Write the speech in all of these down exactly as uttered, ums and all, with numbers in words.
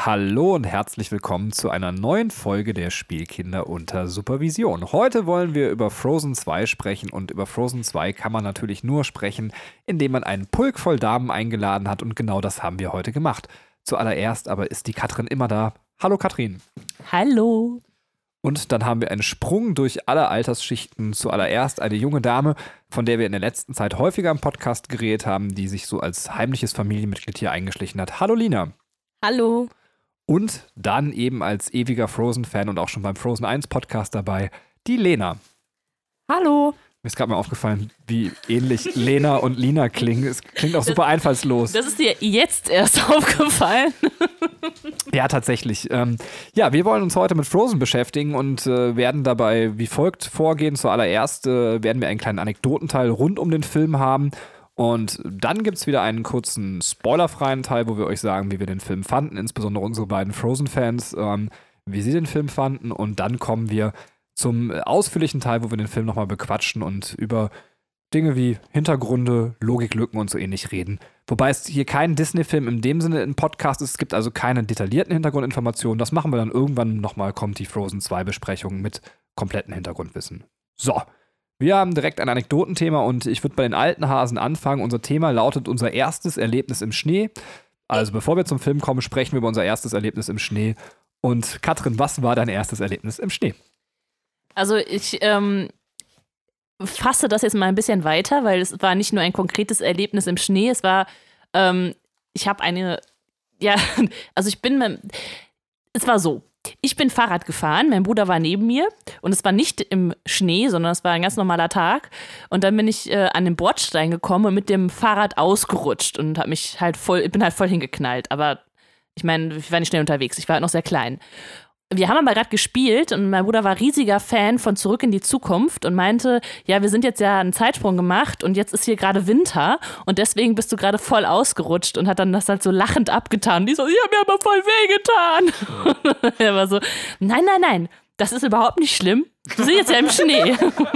Hallo und herzlich willkommen zu einer neuen Folge der Spielkinder unter Supervision. Heute wollen wir über Frozen zwei sprechen und über Frozen zwei kann man natürlich nur sprechen, indem man einen Pulk voll Damen eingeladen hat und genau das haben wir heute gemacht. Zuallererst aber ist die Katrin immer da. Hallo Katrin. Hallo. Und dann haben wir einen Sprung durch alle Altersschichten. Zuallererst eine junge Dame, von der wir in der letzten Zeit häufiger im Podcast geredet haben, die sich so als heimliches Familienmitglied hier eingeschlichen hat. Hallo Lina. Hallo. Und dann eben als ewiger Frozen-Fan und auch schon beim Frozen eins Podcast dabei, die Lena. Hallo. Mir ist gerade mal aufgefallen, wie ähnlich Lena und Lina klingen. Es klingt auch super einfallslos. Das ist dir jetzt erst aufgefallen. Ja, tatsächlich. Ähm, ja, wir wollen uns heute mit Frozen beschäftigen und äh, werden dabei wie folgt vorgehen. Zuallererst äh, werden wir einen kleinen Anekdotenteil rund um den Film haben. Und dann gibt es wieder einen kurzen spoilerfreien Teil, wo wir euch sagen, wie wir den Film fanden, insbesondere unsere beiden Frozen-Fans, ähm, wie sie den Film fanden. Und dann kommen wir zum ausführlichen Teil, wo wir den Film nochmal bequatschen und über Dinge wie Hintergründe, Logiklücken und so ähnlich reden. Wobei es hier kein Disney-Film in dem Sinne im Podcast ist. Es gibt also keine detaillierten Hintergrundinformationen. Das machen wir dann irgendwann nochmal, kommt die Frozen zwei Besprechung mit kompletten Hintergrundwissen. So. Wir haben direkt ein Anekdotenthema und ich würde bei den alten Hasen anfangen. Unser Thema lautet unser erstes Erlebnis im Schnee. Also bevor wir zum Film kommen, sprechen wir über unser erstes Erlebnis im Schnee. Und Katrin, was war dein erstes Erlebnis im Schnee? Also ich ähm, fasse das jetzt mal ein bisschen weiter, weil es war nicht nur ein konkretes Erlebnis im Schnee, es war, ähm, ich habe eine, ja, also ich bin, es war so. Ich bin Fahrrad gefahren, mein Bruder war neben mir und es war nicht im Schnee, sondern es war ein ganz normaler Tag. Und dann bin ich äh, an den Bordstein gekommen und mit dem Fahrrad ausgerutscht und hab mich halt voll, bin halt voll hingeknallt. Aber ich meine, ich war nicht schnell unterwegs, ich war halt noch sehr klein. Wir haben aber gerade gespielt und mein Bruder war riesiger Fan von Zurück in die Zukunft und meinte, ja, wir sind jetzt ja einen Zeitsprung gemacht und jetzt ist hier gerade Winter und deswegen bist du gerade voll ausgerutscht und hat dann das halt so lachend abgetan. Die so, ich hab mir aber voll wehgetan. Er war so, nein, nein, nein, das ist überhaupt nicht schlimm. Wir sind jetzt ja im Schnee.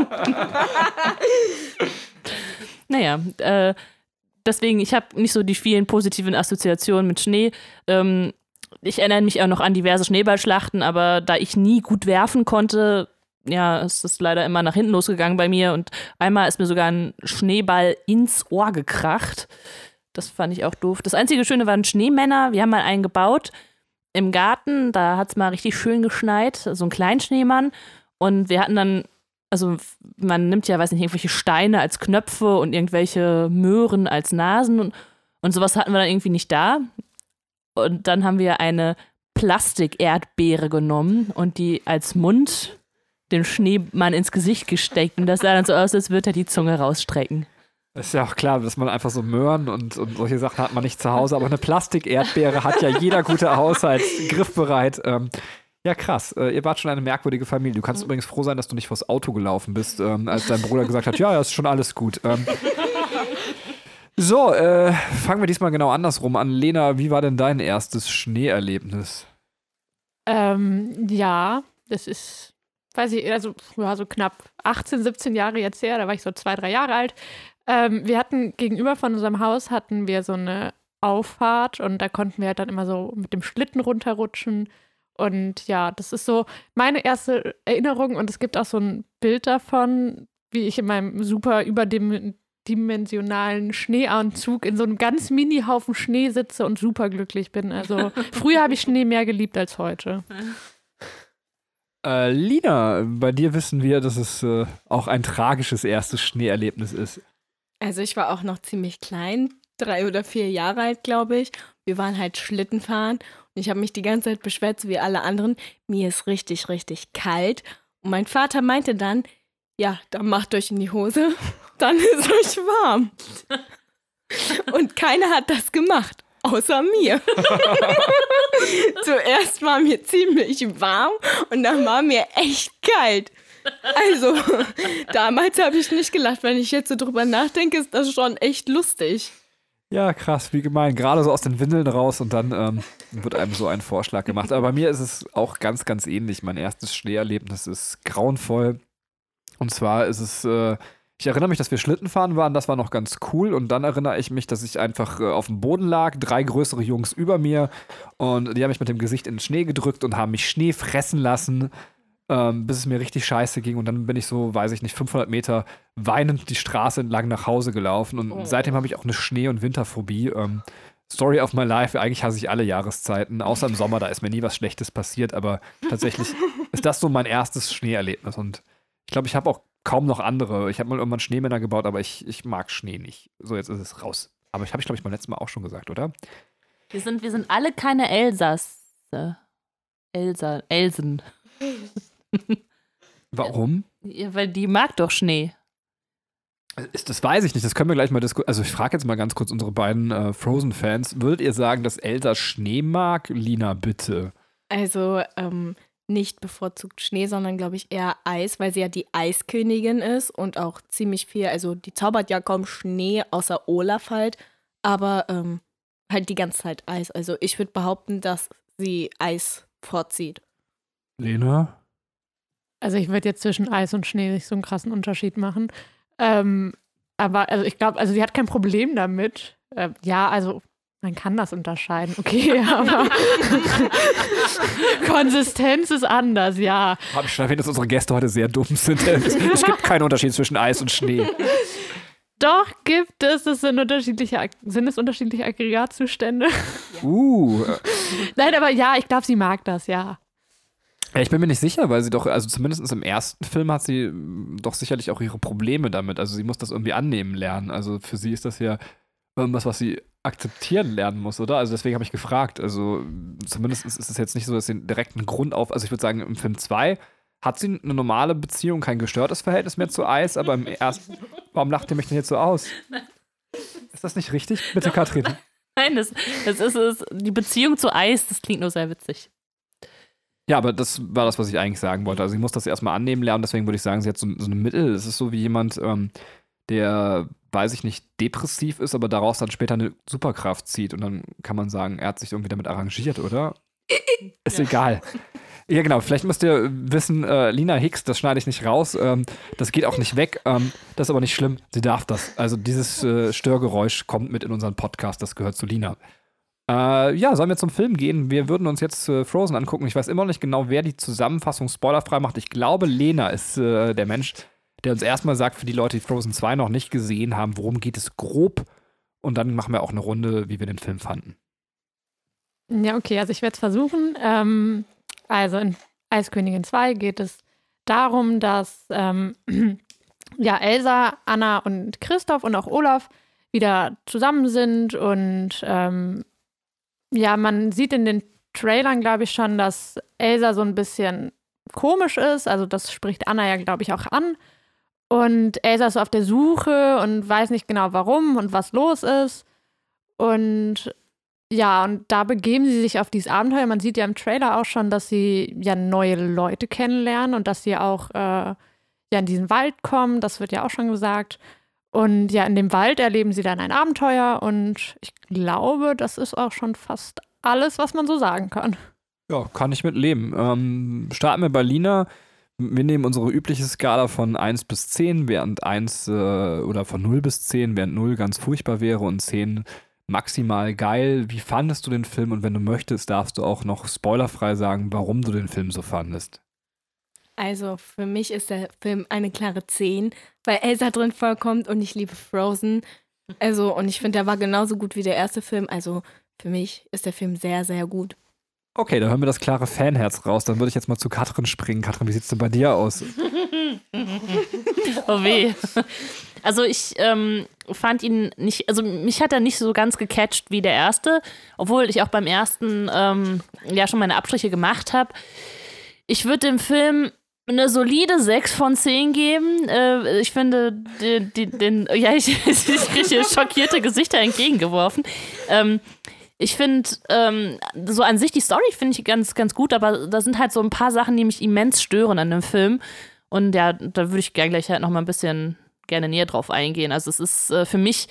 Naja, äh, deswegen, ich habe nicht so die vielen positiven Assoziationen mit Schnee. Ähm, Ich erinnere mich auch noch an diverse Schneeballschlachten, aber da ich nie gut werfen konnte, ja, ist das leider immer nach hinten losgegangen bei mir. Und einmal ist mir sogar ein Schneeball ins Ohr gekracht. Das fand ich auch doof. Das einzige Schöne waren Schneemänner. Wir haben mal einen gebaut im Garten. Da hat es mal richtig schön geschneit. So ein Kleinschneemann. Und wir hatten dann, also man nimmt ja, weiß nicht, irgendwelche Steine als Knöpfe und irgendwelche Möhren als Nasen. Und, und sowas hatten wir dann irgendwie nicht da. Und dann haben wir eine Plastik-Erdbeere genommen und die als Mund dem Schneemann ins Gesicht gesteckt. Und das sah dann so aus, als würde er die Zunge rausstrecken. Ist ja auch klar, dass man einfach so Möhren und, und solche Sachen hat man nicht zu Hause. Aber eine Plastik-Erdbeere hat ja jeder gute Haushalt griffbereit. Ähm, ja, krass. Äh, ihr wart schon eine merkwürdige Familie. Du kannst mhm. übrigens froh sein, dass du nicht vors Auto gelaufen bist, ähm, als dein Bruder gesagt hat, ja, ja, ist schon alles gut. Ähm, So, äh, fangen wir diesmal genau andersrum an. Lena, wie war denn dein erstes Schneeerlebnis? Ähm, ja, das ist, weiß ich, also ja, so knapp achtzehn, siebzehn Jahre jetzt her, da war ich so zwei, drei Jahre alt. Ähm, wir hatten gegenüber von unserem Haus hatten wir so eine Auffahrt und da konnten wir halt dann immer so mit dem Schlitten runterrutschen. Und ja, das ist so meine erste Erinnerung und es gibt auch so ein Bild davon, wie ich in meinem super überdim dimensionalen Schneeanzug in so einem ganz Mini-Haufen Schnee sitze und super glücklich bin. Also früher habe ich Schnee mehr geliebt als heute. Äh, Lina, bei dir wissen wir, dass es äh, auch ein tragisches erstes Schneeerlebnis ist. Also ich war auch noch ziemlich klein, drei oder vier Jahre alt, glaube ich. Wir waren halt Schlitten fahren und ich habe mich die ganze Zeit beschwert, so wie alle anderen. Mir ist richtig, richtig kalt. Und mein Vater meinte dann, ja, dann macht euch in die Hose, dann ist euch warm. Und keiner hat das gemacht, außer mir. Zuerst war mir ziemlich warm und dann war mir echt kalt. Also, damals habe ich nicht gelacht. Wenn ich jetzt so drüber nachdenke, ist das schon echt lustig. Ja, krass, wie gemein. Gerade so aus den Windeln raus und dann ähm, wird einem so ein Vorschlag gemacht. Aber bei mir ist es auch ganz, ganz ähnlich. Mein erstes Schneeerlebnis ist grauenvoll. Und zwar ist es äh, Ich erinnere mich, dass wir Schlittenfahren waren, das war noch ganz cool. Und dann erinnere ich mich, dass ich einfach äh, auf dem Boden lag, drei größere Jungs über mir. Und die haben mich mit dem Gesicht in den Schnee gedrückt und haben mich Schnee fressen lassen, ähm, bis es mir richtig scheiße ging. Und dann bin ich so, weiß ich nicht, fünfhundert Meter weinend die Straße entlang nach Hause gelaufen. Und Oh. seitdem habe ich auch eine Schnee- und Winterphobie. Ähm, Story of my life, eigentlich hasse ich alle Jahreszeiten, außer im Sommer, da ist mir nie was Schlechtes passiert. Aber tatsächlich ist das so mein erstes Schneeerlebnis. Und ich glaube, ich habe auch kaum noch andere. Ich habe mal irgendwann Schneemänner gebaut, aber ich, ich mag Schnee nicht. So, jetzt ist es raus. Aber ich habe ich, glaube ich, beim letzten Mal auch schon gesagt, oder? Wir sind, wir sind alle keine Elsass. Elsa, Elsen. Warum? Ja, weil die mag doch Schnee. Ist, das weiß ich nicht, das können wir gleich mal diskutieren. Also ich frage jetzt mal ganz kurz unsere beiden äh, Frozen-Fans. Würdet ihr sagen, dass Elsa Schnee mag? Lina, bitte. Also ähm, nicht bevorzugt Schnee, sondern glaube ich eher Eis, weil sie ja die Eiskönigin ist und auch ziemlich viel, also die zaubert ja kaum Schnee, außer Olaf halt, aber ähm, halt die ganze Zeit Eis. Also ich würde behaupten, dass sie Eis vorzieht. Lena? Also ich würde jetzt zwischen Eis und Schnee nicht so einen krassen Unterschied machen. Ähm, aber also ich glaube, also sie hat kein Problem damit. Äh, ja, also man kann das unterscheiden, okay, aber Konsistenz ist anders, ja. Habe ich schon erwähnt, dass unsere Gäste heute sehr dumm sind. Es, es gibt keinen Unterschied zwischen Eis und Schnee. Doch, gibt es. Das sind unterschiedliche, sind es unterschiedliche Aggregatzustände? Uh. Nein, aber ja, ich glaube, sie mag das, ja. Ja, ich bin mir nicht sicher, weil sie doch, also zumindest im ersten Film hat sie mm, doch sicherlich auch ihre Probleme damit. Also sie muss das irgendwie annehmen lernen. Also für sie ist das ja irgendwas, was sie akzeptieren lernen muss, oder? Also deswegen habe ich gefragt. Also zumindest ist es jetzt nicht so, dass sie direkt einen Grund auf, also ich würde sagen, im Film zwei hat sie eine normale Beziehung, kein gestörtes Verhältnis mehr zu Eis, aber im ersten, warum lacht ihr mich denn jetzt so aus? Ist das nicht richtig? Bitte, Katrin. Nein, das, das ist es. Die Beziehung zu Eis, das klingt nur sehr witzig. Ja, aber das war das, was ich eigentlich sagen wollte. Also sie muss das erstmal annehmen lernen, deswegen würde ich sagen, sie hat so, so eine Mittel. Es ist so wie jemand, ähm, der, weiß ich nicht, depressiv ist, aber daraus dann später eine Superkraft zieht. Und dann kann man sagen, er hat sich irgendwie damit arrangiert, oder? Ist Ja. egal. Ja, genau. Vielleicht müsst ihr wissen, äh, Lina Hicks, das schneide ich nicht raus. Ähm, das geht auch nicht weg. Ähm, das ist aber nicht schlimm. Sie darf das. Also dieses äh, Störgeräusch kommt mit in unseren Podcast. Das gehört zu Lina. Äh, ja, sollen wir zum Film gehen? Wir würden uns jetzt äh, Frozen angucken. Ich weiß immer noch nicht genau, wer die Zusammenfassung spoilerfrei macht. Ich glaube, Lena ist äh, der Mensch, der uns erstmal sagt, für die Leute, die Frozen zwei noch nicht gesehen haben, worum geht es grob. Und dann machen wir auch eine Runde, wie wir den Film fanden. Ja, okay, also ich werde es versuchen. Ähm, also in Eiskönigin zwei geht es darum, dass ähm, ja, Elsa, Anna und Christoph und auch Olaf wieder zusammen sind und ähm, ja, man sieht in den Trailern, glaube ich, schon, dass Elsa so ein bisschen komisch ist. Also das spricht Anna ja, glaube ich, auch an. Und Elsa ist so auf der Suche und weiß nicht genau warum und was los ist. Und ja, und da begeben sie sich auf dieses Abenteuer. Man sieht ja im Trailer auch schon, dass sie ja neue Leute kennenlernen und dass sie auch äh, ja in diesen Wald kommen. Das wird ja auch schon gesagt. Und ja, in dem Wald erleben sie dann ein Abenteuer und ich glaube, das ist auch schon fast alles, was man so sagen kann. Ja, kann ich mit leben. Ähm, starten wir bei Lina. Wir nehmen unsere übliche Skala von eins bis zehn, während eins äh, oder von null bis zehn, während null ganz furchtbar wäre und zehn maximal geil. Wie fandest du den Film? Und wenn du möchtest, darfst du auch noch spoilerfrei sagen, warum du den Film so fandest. Also für mich ist der Film eine klare zehn, weil Elsa drin vorkommt und ich liebe Frozen. Also und ich finde, der war genauso gut wie der erste Film. Also für mich ist der Film sehr, sehr gut. Okay, dann hören wir das klare Fanherz raus. Dann würde ich jetzt mal zu Katrin springen. Katrin, wie sieht's denn bei dir aus? Oh weh. Also ich ähm, fand ihn nicht, also mich hat er nicht so ganz gecatcht wie der erste, obwohl ich auch beim ersten ähm, ja schon meine Abstriche gemacht habe. Ich würde dem Film eine solide sechs von zehn geben. Äh, ich finde, den, den, den ja, ich, ich kriege schockierte Gesichter entgegengeworfen. Ähm, ich finde, ähm, so an sich die Story finde ich ganz, ganz gut, aber da sind halt so ein paar Sachen, die mich immens stören an dem Film. Und ja, da würde ich gerne gleich halt noch mal ein bisschen gerne näher drauf eingehen. Also es ist äh, für mich,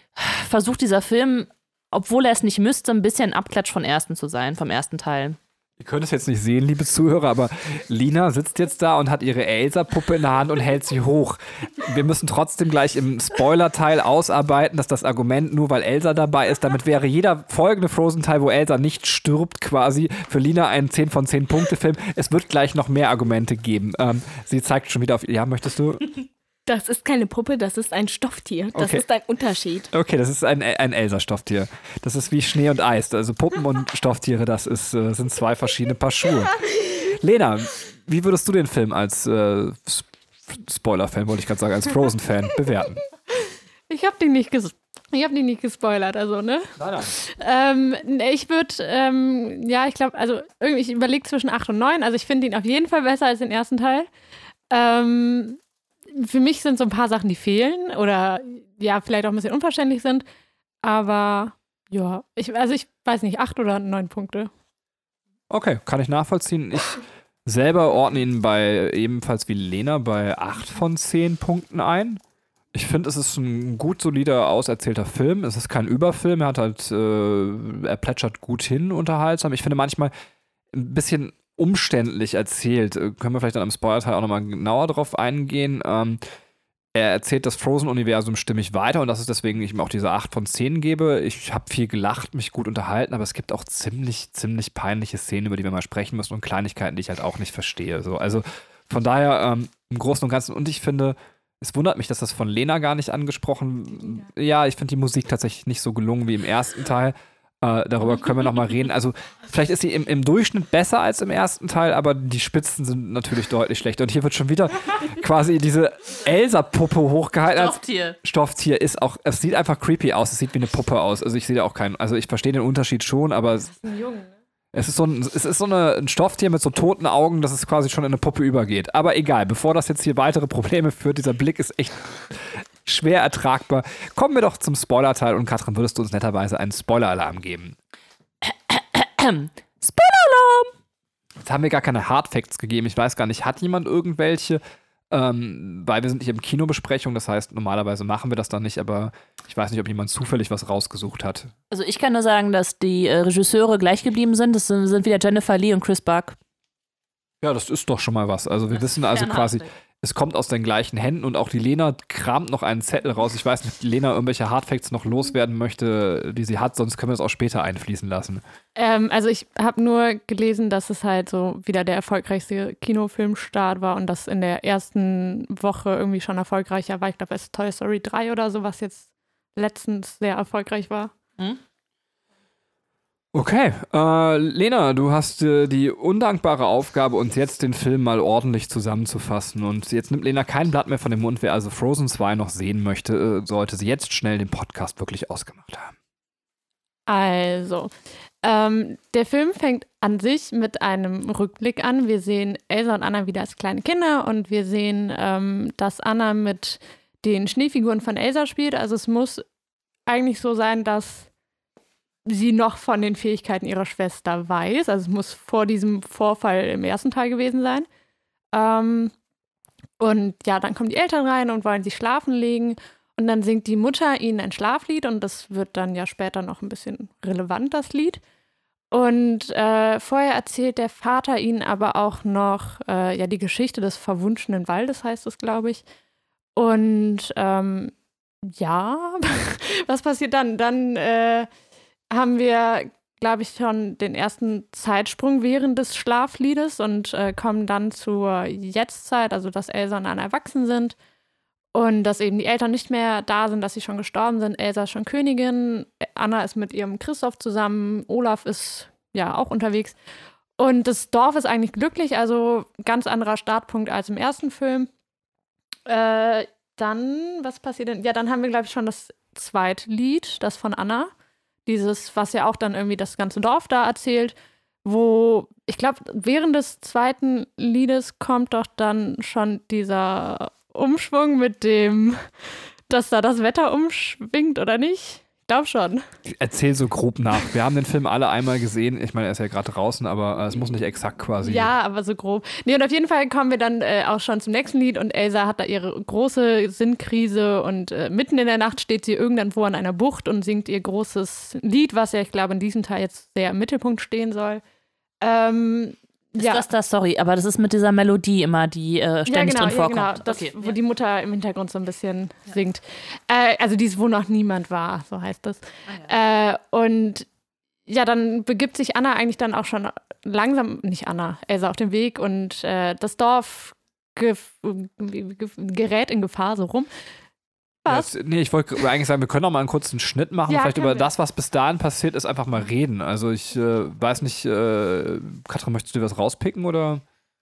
versucht dieser Film, obwohl er es nicht müsste, ein bisschen ein Abklatsch vom ersten zu sein, vom ersten Teil. Ihr könnt es jetzt nicht sehen, liebe Zuhörer, aber Lina sitzt jetzt da und hat ihre Elsa-Puppe in der Hand und hält sie hoch. Wir müssen trotzdem gleich im Spoiler-Teil ausarbeiten, dass das Argument, nur weil Elsa dabei ist, damit wäre jeder folgende Frozen-Teil, wo Elsa nicht stirbt, quasi für Lina ein zehn von zehn Punkte-Film. Es wird gleich noch mehr Argumente geben. Ähm, sie zeigt schon wieder auf... Ja, möchtest du... Das ist keine Puppe, das ist ein Stofftier. Das Okay. ist ein Unterschied. Okay, das ist ein, ein Elsa-Stofftier. Das ist wie Schnee und Eis. Also Puppen und Stofftiere, das ist, äh, sind zwei verschiedene Paar Schuhe. Lena, wie würdest du den Film als äh, S- Spoiler-Fan, wollte ich gerade sagen, als Frozen-Fan bewerten? Ich habe den nicht ges ich habe den nicht gespoilert, also, ne? Nein, nein. Ähm, ich würde, ähm, ja, ich glaube, also irgendwie, ich überlege zwischen acht und neun. Also ich finde ihn auf jeden Fall besser als den ersten Teil. Ähm, für mich sind so ein paar Sachen, die fehlen oder ja, vielleicht auch ein bisschen unverständlich sind. Aber ja, ich, also ich weiß nicht, acht oder neun Punkte. Okay, kann ich nachvollziehen. Ich selber ordne ihn bei ebenfalls wie Lena bei acht von zehn Punkten ein. Ich finde, es ist ein gut solider, auserzählter Film. Es ist kein Überfilm, er hat halt, äh, er plätschert gut hin, unterhaltsam. Ich finde manchmal ein bisschen umständlich erzählt. Äh, Können wir vielleicht dann am Spoiler-Teil auch nochmal genauer drauf eingehen. Ähm, er erzählt das Frozen-Universum stimmig weiter und das ist deswegen ich ihm auch diese acht von zehn gebe. Ich habe viel gelacht, mich gut unterhalten, aber es gibt auch ziemlich, ziemlich peinliche Szenen, über die wir mal sprechen müssen und Kleinigkeiten, die ich halt auch nicht verstehe. So, also von daher ähm, im Großen und Ganzen und ich finde, es wundert mich, dass das von Lena gar nicht angesprochen. Ja, ich finde die Musik tatsächlich nicht so gelungen wie im ersten Teil. Äh, darüber können wir noch mal reden. Also vielleicht ist sie im, im Durchschnitt besser als im ersten Teil, aber die Spitzen sind natürlich deutlich schlechter. Und hier wird schon wieder quasi diese Elsa-Puppe hochgehalten. als Stofftier. Stofftier ist auch, es sieht einfach creepy aus. Es sieht wie eine Puppe aus. Also ich sehe da auch keinen, also ich verstehe den Unterschied schon, aber es, Ein Junge, ne? es ist so ein, es ist so eine, ein Stofftier mit so toten Augen, dass es quasi schon in eine Puppe übergeht. Aber egal, bevor das jetzt hier weitere Probleme führt, dieser Blick ist echt schwer ertragbar. Kommen wir doch zum Spoiler-Teil und Katrin, würdest du uns netterweise einen Spoiler-Alarm geben? Spoiler-Alarm! Jetzt haben wir gar keine Hardfacts gegeben. Ich weiß gar nicht, hat jemand irgendwelche? Ähm, weil wir sind nicht im Kinobesprechung, das heißt, normalerweise machen wir das dann nicht, aber ich weiß nicht, ob jemand zufällig was rausgesucht hat. Also ich kann nur sagen, dass die äh, Regisseure gleich geblieben sind. Das sind, sind wieder Jennifer Lee und Chris Buck. Ja, das ist doch schon mal was. Also wir Das wissen ist also fernab. quasi, es kommt aus den gleichen Händen und auch die Lena kramt noch einen Zettel raus. Ich weiß nicht, ob die Lena irgendwelche Hardfacts noch loswerden möchte, die sie hat, sonst können wir das auch später einfließen lassen. Ähm, also ich habe nur gelesen, dass es halt so wieder der erfolgreichste Kinofilmstart war und das in der ersten Woche irgendwie schon erfolgreicher war. Ich glaube, es ist Toy Story drei oder so, was jetzt letztens sehr erfolgreich war. Hm? Okay, äh, Lena, du hast äh, die undankbare Aufgabe, uns jetzt den Film mal ordentlich zusammenzufassen. Und jetzt nimmt Lena kein Blatt mehr von dem Mund. Wer also Frozen zwei noch sehen möchte, äh, sollte sie jetzt schnell den Podcast wirklich ausgemacht haben. Also, ähm, der Film fängt an sich mit einem Rückblick an. Wir sehen Elsa und Anna wieder als kleine Kinder und wir sehen, ähm, dass Anna mit den Schneefiguren von Elsa spielt. Also es muss eigentlich so sein, dass sie noch von den Fähigkeiten ihrer Schwester weiß. Also es muss vor diesem Vorfall im ersten Teil gewesen sein. Ähm, und ja, dann kommen die Eltern rein und wollen sie schlafen legen. Und dann singt die Mutter ihnen ein Schlaflied und das wird dann ja später noch ein bisschen relevant, das Lied. Und äh, vorher erzählt der Vater ihnen aber auch noch äh, ja, die Geschichte des verwunschenen Waldes, heißt es, glaube ich. Und ähm, ja, was passiert dann? Dann äh, haben wir, glaube ich, schon den ersten Zeitsprung während des Schlafliedes und äh, kommen dann zur Jetztzeit, also dass Elsa und Anna erwachsen sind und dass eben die Eltern nicht mehr da sind, dass sie schon gestorben sind. Elsa ist schon Königin, Anna ist mit ihrem Christoph zusammen, Olaf ist ja auch unterwegs und das Dorf ist eigentlich glücklich, also ganz anderer Startpunkt als im ersten Film. Äh, dann, was passiert denn? Ja, dann haben wir, glaube ich, schon das zweite Lied, das von Anna. Dieses, was ja auch dann irgendwie das ganze Dorf da erzählt, wo, ich glaube, während des zweiten Liedes kommt doch dann schon dieser Umschwung mit dem, dass da das Wetter umschwingt, oder nicht? Ich glaube schon. Erzähl so grob nach. Wir haben den Film alle einmal gesehen. Ich meine, er ist ja gerade draußen, aber äh, es muss nicht exakt quasi. Ja, aber so grob. Nee, und auf jeden Fall kommen wir dann äh, auch schon zum nächsten Lied und Elsa hat da ihre große Sinnkrise und äh, mitten in der Nacht steht sie irgendwo an einer Bucht und singt ihr großes Lied, was ja, ich glaube, in diesem Teil jetzt sehr im Mittelpunkt stehen soll. Ähm, Ist ja. das das? Sorry, aber das ist mit dieser Melodie immer, die äh, ständig ja, genau, drin vorkommt. Ja, genau. Das, okay. wo die Mutter im Hintergrund so ein bisschen ja. singt. Äh, also dies, wo noch niemand war, so heißt das. Ah, ja. äh, und ja, dann begibt sich Anna eigentlich dann auch schon langsam, nicht Anna, Elsa auf den Weg und äh, das Dorf ge- ge- gerät in Gefahr so rum. Was? Ja, nee, ich wollte eigentlich sagen, wir können auch mal einen kurzen Schnitt machen, ja, vielleicht über wir. das, was bis dahin passiert ist, einfach mal reden. Also ich äh, weiß nicht, äh, Katrin, möchtest du dir was rauspicken oder?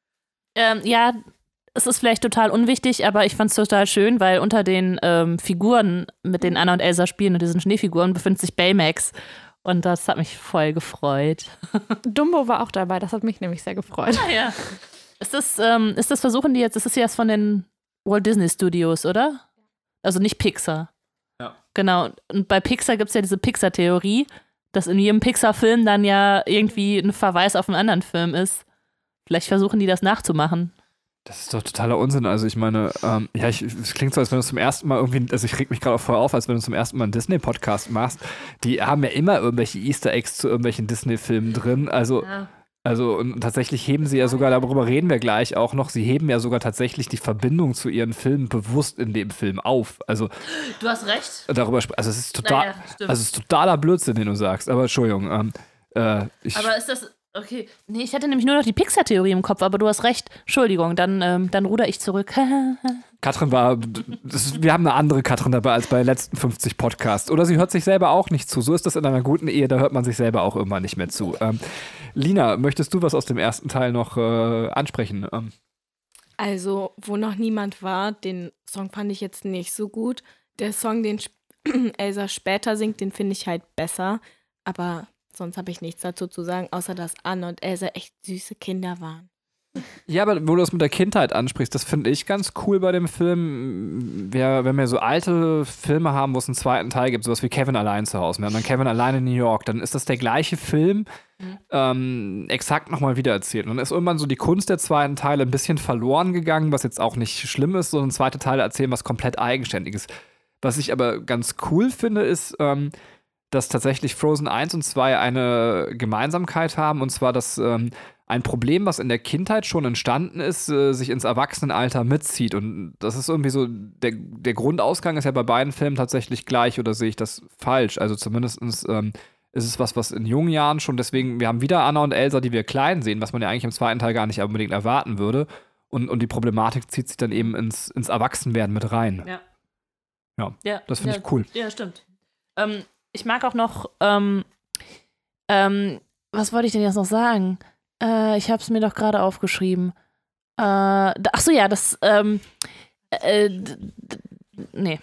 Ähm, ja, es ist vielleicht total unwichtig, aber ich fand es total schön, weil unter den ähm, Figuren, mit denen Anna und Elsa spielen und diesen Schneefiguren, befindet sich Baymax. Und das hat mich voll gefreut. Dumbo war auch dabei, das hat mich nämlich sehr gefreut. Ah, ja. Ist das, ähm, ist das versuchen die jetzt, das ist ja von den Walt Disney Studios, oder? Also nicht Pixar. Ja. Genau. Und bei Pixar gibt es ja diese Pixar-Theorie, dass in jedem Pixar-Film dann ja irgendwie ein Verweis auf einen anderen Film ist. Vielleicht versuchen die das nachzumachen. Das ist doch totaler Unsinn. Also ich meine, ähm, ja, ich, es klingt so, als wenn du zum ersten Mal irgendwie, also ich reg mich gerade auch voll auf, als wenn du zum ersten Mal einen Disney-Podcast machst. Die haben ja immer irgendwelche Easter Eggs zu irgendwelchen Disney-Filmen drin. Also, Ja. also und tatsächlich heben sie ja sogar, darüber reden wir gleich auch noch, sie heben ja sogar tatsächlich die Verbindung zu ihren Filmen bewusst in dem Film auf. Also Du hast recht. darüber, sp- also es ist total, Naja, stimmt. also es ist totaler Blödsinn, den du sagst. Aber Entschuldigung, ähm, äh, ich, Aber ist das. Okay. Nee, ich hatte nämlich nur noch die Pixar-Theorie im Kopf, aber du hast recht. Entschuldigung, dann, ähm, dann ruder ich zurück. Katrin war, das, wir haben eine andere Katrin dabei als bei den letzten fünfzig Podcasts. Oder sie hört sich selber auch nicht zu. So ist das in einer guten Ehe, da hört man sich selber auch irgendwann nicht mehr zu. Ähm, Lina, möchtest du was aus dem ersten Teil noch äh, ansprechen? Ähm, Also, wo noch niemand war, den Song fand ich jetzt nicht so gut. Der Song, den Elsa später singt, den finde ich halt besser. Aber sonst habe ich nichts dazu zu sagen, außer dass Anna und Elsa echt süße Kinder waren. Ja, aber wo du das mit der Kindheit ansprichst, das finde ich ganz cool bei dem Film. Wir, wenn wir so alte Filme haben, wo es einen zweiten Teil gibt, sowas wie Kevin allein zu Hause, wir haben dann Kevin allein in New York, dann ist das der gleiche Film, mhm. ähm, exakt nochmal wiedererzählt. Und dann ist irgendwann so die Kunst der zweiten Teile ein bisschen verloren gegangen, was jetzt auch nicht schlimm ist, sondern zweite Teile erzählen was komplett Eigenständiges. Was ich aber ganz cool finde, ist, ähm, dass tatsächlich Frozen eins und zwei eine Gemeinsamkeit haben, und zwar, dass ähm, ein Problem, was in der Kindheit schon entstanden ist, äh, sich ins Erwachsenenalter mitzieht. Und das ist irgendwie so, der, der Grundausgang ist ja bei beiden Filmen tatsächlich gleich, oder sehe ich das falsch? Also zumindest ähm, ist es was, was in jungen Jahren schon, deswegen, wir haben wieder Anna und Elsa, die wir klein sehen, was man ja eigentlich im zweiten Teil gar nicht unbedingt erwarten würde. Und, und die Problematik zieht sich dann eben ins, ins Erwachsenwerden mit rein. Ja. Ja, ja das finde ja, ich cool. Ja, stimmt. Ähm, ich mag auch noch, ähm, ähm, was wollte ich denn jetzt noch sagen? Äh, ich habe es mir doch gerade aufgeschrieben. Äh, da, ach so, ja, das, ähm, äh, d- d- nee.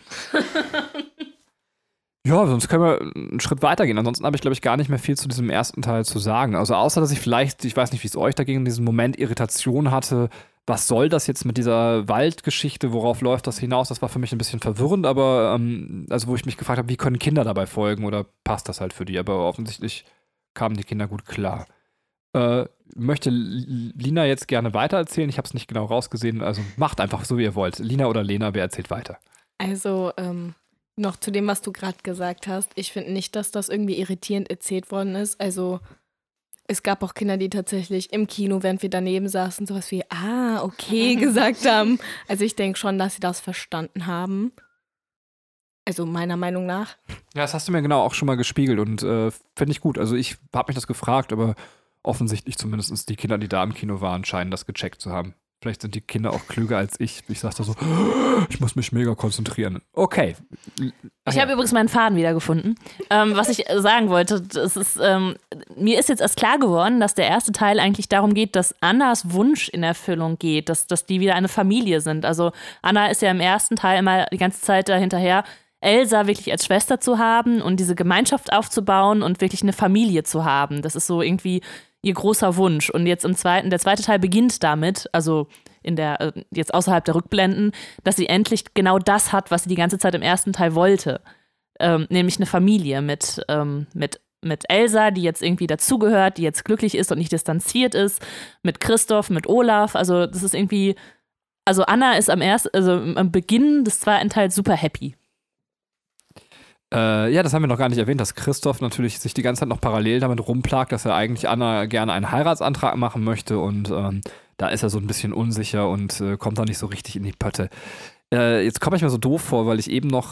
Ja, sonst können wir einen Schritt weiter gehen. Ansonsten habe ich, glaube ich, gar nicht mehr viel zu diesem ersten Teil zu sagen. Also außer, dass ich vielleicht, ich weiß nicht, wie es euch dagegen in diesem Moment Irritation hatte, was soll das jetzt mit dieser Waldgeschichte, worauf läuft das hinaus? Das war für mich ein bisschen verwirrend, aber ähm, also wo ich mich gefragt habe, wie können Kinder dabei folgen oder passt das halt für die? Aber offensichtlich kamen die Kinder gut klar. Äh, möchte Lina jetzt gerne weitererzählen? Ich habe es nicht genau rausgesehen, also macht einfach so, wie ihr wollt. Lina oder Lena, wer erzählt weiter? Also, ähm, noch zu dem, was du gerade gesagt hast. Ich finde nicht, dass das irgendwie irritierend erzählt worden ist. Also, es gab auch Kinder, die tatsächlich im Kino, während wir daneben saßen, sowas wie, ah, okay, gesagt haben. Also ich denke schon, dass sie das verstanden haben. Also meiner Meinung nach. Ja, das hast du mir genau auch schon mal gespiegelt und äh, finde ich gut. Also ich habe mich das gefragt, aber offensichtlich zumindest die Kinder, die da im Kino waren, scheinen das gecheckt zu haben. Vielleicht sind die Kinder auch klüger als ich. Ich sagte so, ich muss mich mega konzentrieren. Okay. Ach Ich ja. habe übrigens meinen Faden wiedergefunden. Ähm, was ich sagen wollte, das ist, ähm, mir ist jetzt erst klar geworden, dass der erste Teil eigentlich darum geht, dass Annas Wunsch in Erfüllung geht, dass, dass die wieder eine Familie sind. Also Anna ist ja im ersten Teil immer die ganze Zeit dahinterher, Elsa wirklich als Schwester zu haben und diese Gemeinschaft aufzubauen und wirklich eine Familie zu haben. Das ist so irgendwie ihr großer Wunsch. Und jetzt im zweiten, der zweite Teil beginnt damit, also in der, jetzt außerhalb der Rückblenden, dass sie endlich genau das hat, was sie die ganze Zeit im ersten Teil wollte. Ähm, nämlich eine Familie mit, ähm, mit, mit Elsa, die jetzt irgendwie dazugehört, die jetzt glücklich ist und nicht distanziert ist, mit Christoph, mit Olaf. Also das ist irgendwie, also Anna ist am ersten, also am Beginn des zweiten Teils super happy. Äh, ja, das haben wir noch gar nicht erwähnt, dass Christoph natürlich sich die ganze Zeit noch parallel damit rumplagt, dass er eigentlich Anna gerne einen Heiratsantrag machen möchte und ähm, da ist er so ein bisschen unsicher und äh, kommt da nicht so richtig in die Pötte. Äh, jetzt komme ich mir so doof vor, weil ich eben noch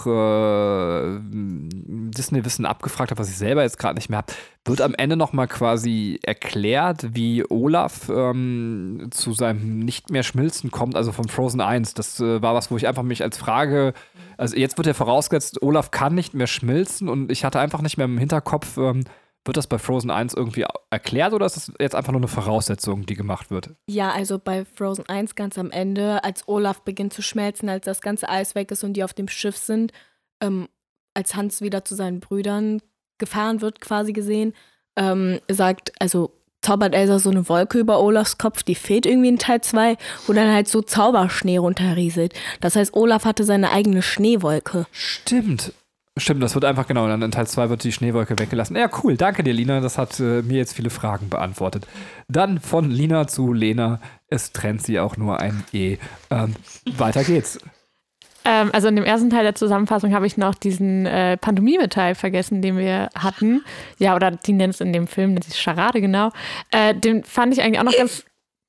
äh, Disney-Wissen abgefragt habe, was ich selber jetzt gerade nicht mehr habe. Wird am Ende nochmal quasi erklärt, wie Olaf ähm, zu seinem nicht mehr Schmilzen kommt, also von Frozen eins. Das äh, war was, wo ich einfach mich als Frage, also jetzt wird ja vorausgesetzt, Olaf kann nicht mehr schmilzen und ich hatte einfach nicht mehr im Hinterkopf, ähm, wird das bei Frozen eins irgendwie erklärt oder ist das jetzt einfach nur eine Voraussetzung, die gemacht wird? Ja, also bei Frozen eins ganz am Ende, als Olaf beginnt zu schmelzen, als das ganze Eis weg ist und die auf dem Schiff sind, ähm, als Hans wieder zu seinen Brüdern gefahren wird, quasi gesehen, ähm, sagt, also zaubert Elsa so eine Wolke über Olafs Kopf, die fehlt irgendwie in Teil zwei, wo dann halt so Zauberschnee runterrieselt. Das heißt, Olaf hatte seine eigene Schneewolke. Stimmt. Stimmt, das wird einfach, genau, dann in Teil zwei wird die Schneewolke weggelassen. Ja, cool, danke dir, Lina, das hat äh, mir jetzt viele Fragen beantwortet. Dann von Lina zu Lena, es trennt sie auch nur ein E. Ähm, weiter geht's. Ähm, also in dem ersten Teil der Zusammenfassung habe ich noch diesen äh, Pantomime-Teil vergessen, den wir hatten. Ja, oder die nennen es in dem Film, nennt sich Charade, genau. Äh, den fand ich eigentlich auch noch ganz